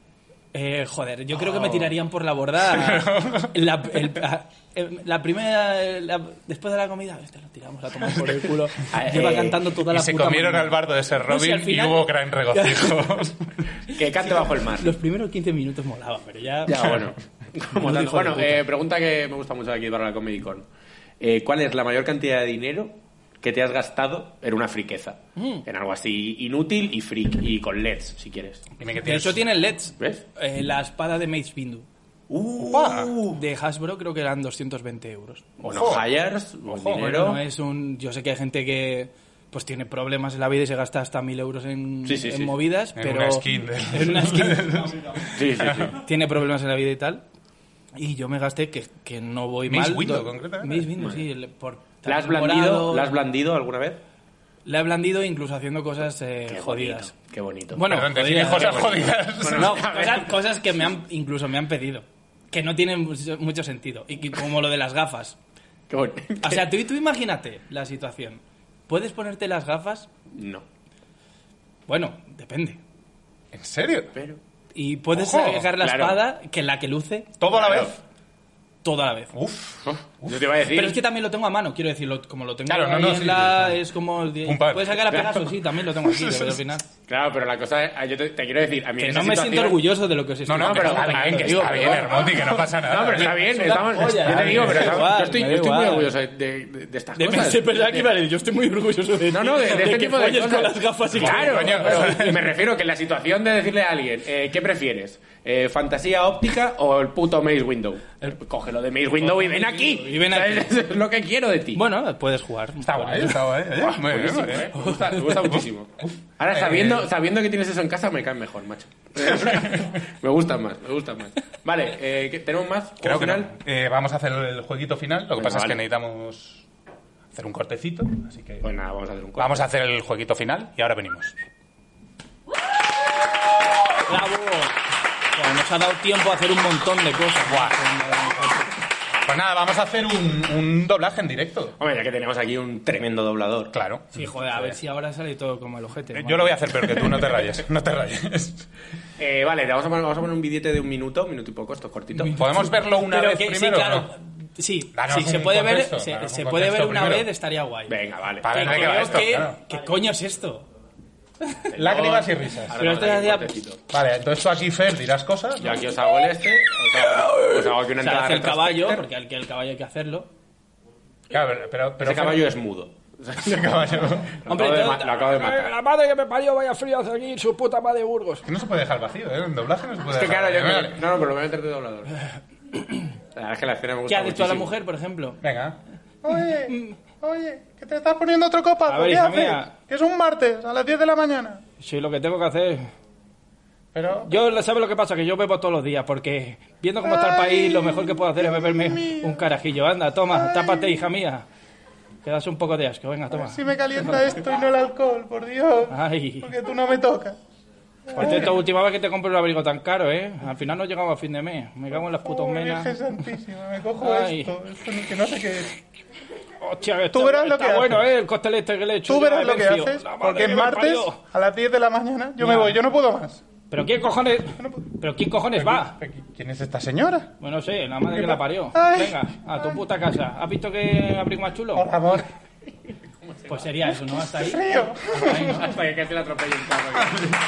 Eh, joder, yo creo que me tirarían por la borda. La, el- a- el- la primera, la- después de la comida, este lo tiramos a tomar por el culo. Lleva Eh, cantando toda Y la se puta comieron mañana. al bardo de Ser No, si Robin al final- y hubo gran regocijo. Que cante bajo el mar. Los primeros quince minutos molaban, pero ya. Ya, bueno. Como No tanto. dijo de Bueno, puta. eh, pregunta que me gusta mucho de aquí para la Comedy Con. Eh, ¿Cuál es la mayor cantidad de dinero que te has gastado en una friqueza? Mm. En algo así inútil y freak. Y con L E Ds, si quieres. Dime que De tienes. hecho, tienen L E Ds. ¿Ves? Eh, la espada de Mace Windu. Uh, De Hasbro creo que eran doscientos veinte euros. Bueno, Ojo. hires, buen Ojo, dinero. No es un. Yo sé que hay gente que pues tiene problemas en la vida y se gasta hasta mil euros en, Sí, sí, en sí. movidas, En pero una skin de- en una skin. Sí, sí, sí. Tiene problemas en la vida y tal. Y yo me gasté que, que no voy Mace mal. Windu, do- concretamente. Mace Windu, sí. el- Por ¿La has morado, blandido, ¿La has blandido alguna vez? La he blandido incluso haciendo cosas eh, Qué jodidas. bonito, qué bonito. Bueno, Perdón, define jodidas, cosas eh, jodidas. Bueno, no, a ver. cosas, cosas que me han, incluso me han pedido. Que no tienen mucho, mucho sentido. Y que, como lo de las gafas. Qué bonito. O sea, tú, tú imagínate la situación. ¿Puedes ponerte las gafas? No. Bueno, depende. ¿En serio? Pero... Y puedes Ojo, sacar la claro. espada, que la que luce. ¿Todo a la Claro. vez? toda la vez. Uf. Yo te iba a decir... Pero es que también lo tengo a mano, quiero decirlo, como lo tengo Claro, ahí no, no, en sí, la... sí. Es como... el de- Un par. Puedes sacar a Pegaso, sí, también lo tengo aquí, pero al final... Claro, pero la cosa es... Yo te, te quiero decir... A mí Que esa no me situación- siento orgulloso de lo que os No, estoy no, pero pero está está bien, que digo, está pero bien, bueno. Hermoti, que no pasa nada. No, pero está bien, Es una estamos... polla, yo te digo, me pero da estamos- igual, yo estoy, me yo da estoy muy igual. orgulloso de, de, de estas De cosas. pensé, pensaba que iba a decir, yo estoy muy orgulloso de No, ti, no, de, de este que tipo de folles cosas. con las gafas y Claro, coño, pero me refiero que en la situación de decirle a alguien, eh, ¿qué prefieres? Eh, ¿Fantasía óptica o el puto Maze Window? Cógelo de Maze Window y ven aquí. Y ven aquí. Eso es lo que quiero de ti. Bueno, puedes jugar. Está guay, está guay. Oye, muy bien, muy Buenísimo, bien. ¿eh? Me gusta, me gusta muchísimo. Ahora, sabiendo, sabiendo que tienes eso en casa, me caen mejor, macho. Me gustan más, me gustan más. Vale, eh, ¿qué- ¿tenemos más? ¿Juego Creo que final? no. Eh, vamos a hacer el jueguito final. Lo que Venga, pasa es vale. que necesitamos hacer un cortecito. Así que Pues nada, vamos a hacer un corte. vamos a hacer el jueguito final y ahora venimos. ¡Bravo! Bueno, nos ha dado tiempo a hacer un montón de cosas. Buah. Pues nada, vamos a hacer un, un doblaje en directo. Hombre, ya que tenemos aquí un tremendo doblador. Claro. Sí, joder, a ver si ahora sale todo como el ojete. Yo lo voy a hacer peor que tú, no te rayes. No te rayes. Eh, vale, te vamos a, poner, vamos a poner un billete de un minuto, un minuto y poco, esto es cortito. ¿Podemos verlo una Pero vez que, primero? sí, o no? claro. Sí, Danos sí, se un puede ver, contexto, se, danos se un puede ver contexto una primero. vez, estaría guay. Venga, vale. Para ver Que de qué va creo esto, que- claro. ¿Qué coño es esto? Lágrimas y risas. Ahora Pero vamos este a hacer un hacía- cortecito. Vale, entonces tú aquí, Fer, dirás cosas. Yo aquí os hago el este, os hago, os hago aquí una O sea, entrada hace el caballo, retrospectiva. porque al que el caballo hay que hacerlo. Claro, pero, pero, pero Ese caballo es mudo. Ese caballo. Lo acabo de ma- lo acabo de matar. La madre que me parió, vaya frío hace aquí, su puta madre de Burgos. Que no se puede dejar vacío, ¿eh? En doblaje no se puede Es que dejar claro, yo vacío. no, no, pero lo voy a meter de doblador. La verdad es que la escena me ¿Qué gusta haces tú a la muchísimo. mujer, por ejemplo? Venga. Oye, oye, que te estás poniendo otro copa. A ver, ¿Qué hija haces? mía. Que es un martes, a las diez de la mañana. Sí, lo que tengo que hacer. Pero... Yo, ¿sabes lo que pasa? Que yo bebo todos los días, porque viendo cómo está el país, lo mejor que puedo hacer es beberme un carajillo. Anda, toma, tápate, hija mía. Que das un poco de asco, venga, toma. Si me calienta esto y no el alcohol, por Dios. Ay. Porque tú no me tocas. Por cierto, última vez que te compro un abrigo tan caro, ¿eh? Al final no llegamos a fin de mes. Me cago en las putas Oh, menas. Virgen Santísima, me cojo Ay. esto. Esto ni- que no sé qué es. Hostia, que Tú está- verás lo está que bueno, haces. ¿eh? El cóctel este que le he hecho. Tú yo verás a lo que Vencio. haces, La madre porque que es me martes parió. a las diez de la mañana. Yo me Ya. voy, yo no puedo más. ¿Pero quién cojones? ¿Pero quién cojones va? ¿Quién es esta señora? Bueno, no sé, la madre que la parió. Ay. Venga, a tu puta casa. ¿Has visto que abrigo más chulo? Por amor. Pues sería eso, ¿no? Hasta ahí. Frío. Ahí, ¿no? Hasta que casi la atropelle un carro.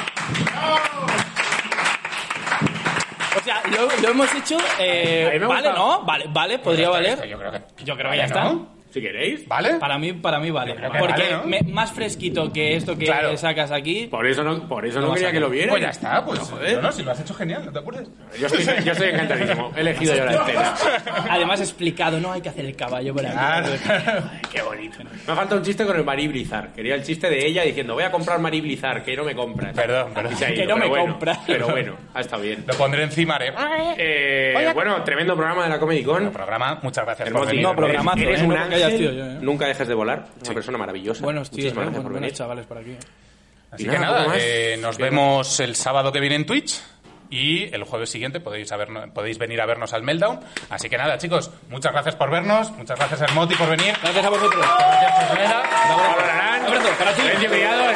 O sea, lo, lo hemos hecho. Eh, A mí me vale, gusta. ¿no? Vale, vale, podría valer. Yo creo que... Yo creo que ya está. ¿no? Si queréis. ¿Vale? Para mí, para mí vale. creo que Porque vale, ¿no? me- más fresquito que esto que Claro. sacas aquí. Por eso no, por eso no, No quería vas a que lo ver. viera. Pues ya está, pues... joder. No, no, si lo has hecho genial, no te apures. Yo estoy, yo estoy encantadísimo. He elegido yo la escena. Además explicado, no hay que hacer el caballo por aquí. Claro. Ay, qué bonito. Me falta un chiste con el Marie Blizzard. Quería el chiste de ella diciendo, voy a comprar Marie Blizzard, que no me compras. Perdón, perdón. Y se ha ido, Que no pero me bueno, compras. Pero bueno, ha estado bien. Lo pondré encima, haré... Eh, bueno, tremendo programa de la Comedy Con. Programa, muchas gracias por Hermoso. venir. No, programazo, Eres ¿eh? un No porque hayas ángel, sido yo, ¿eh? nunca dejes de volar. Una persona maravillosa. Buenos tíos, Muchísimas ¿eh? gracias por Buenos venir. chavales por aquí. Así Y que nada, nada, poco más. eh, nos vemos el sábado que viene en Twitch y el jueves siguiente podéis, haber- podéis venir a vernos al Meltdown. Así que nada, chicos, muchas gracias por vernos, muchas gracias Hermoti por venir. Gracias a vosotros. Gracias, Elena. Un abrazo. Pablo Larán, Un abrazo para ti. Sergio Criado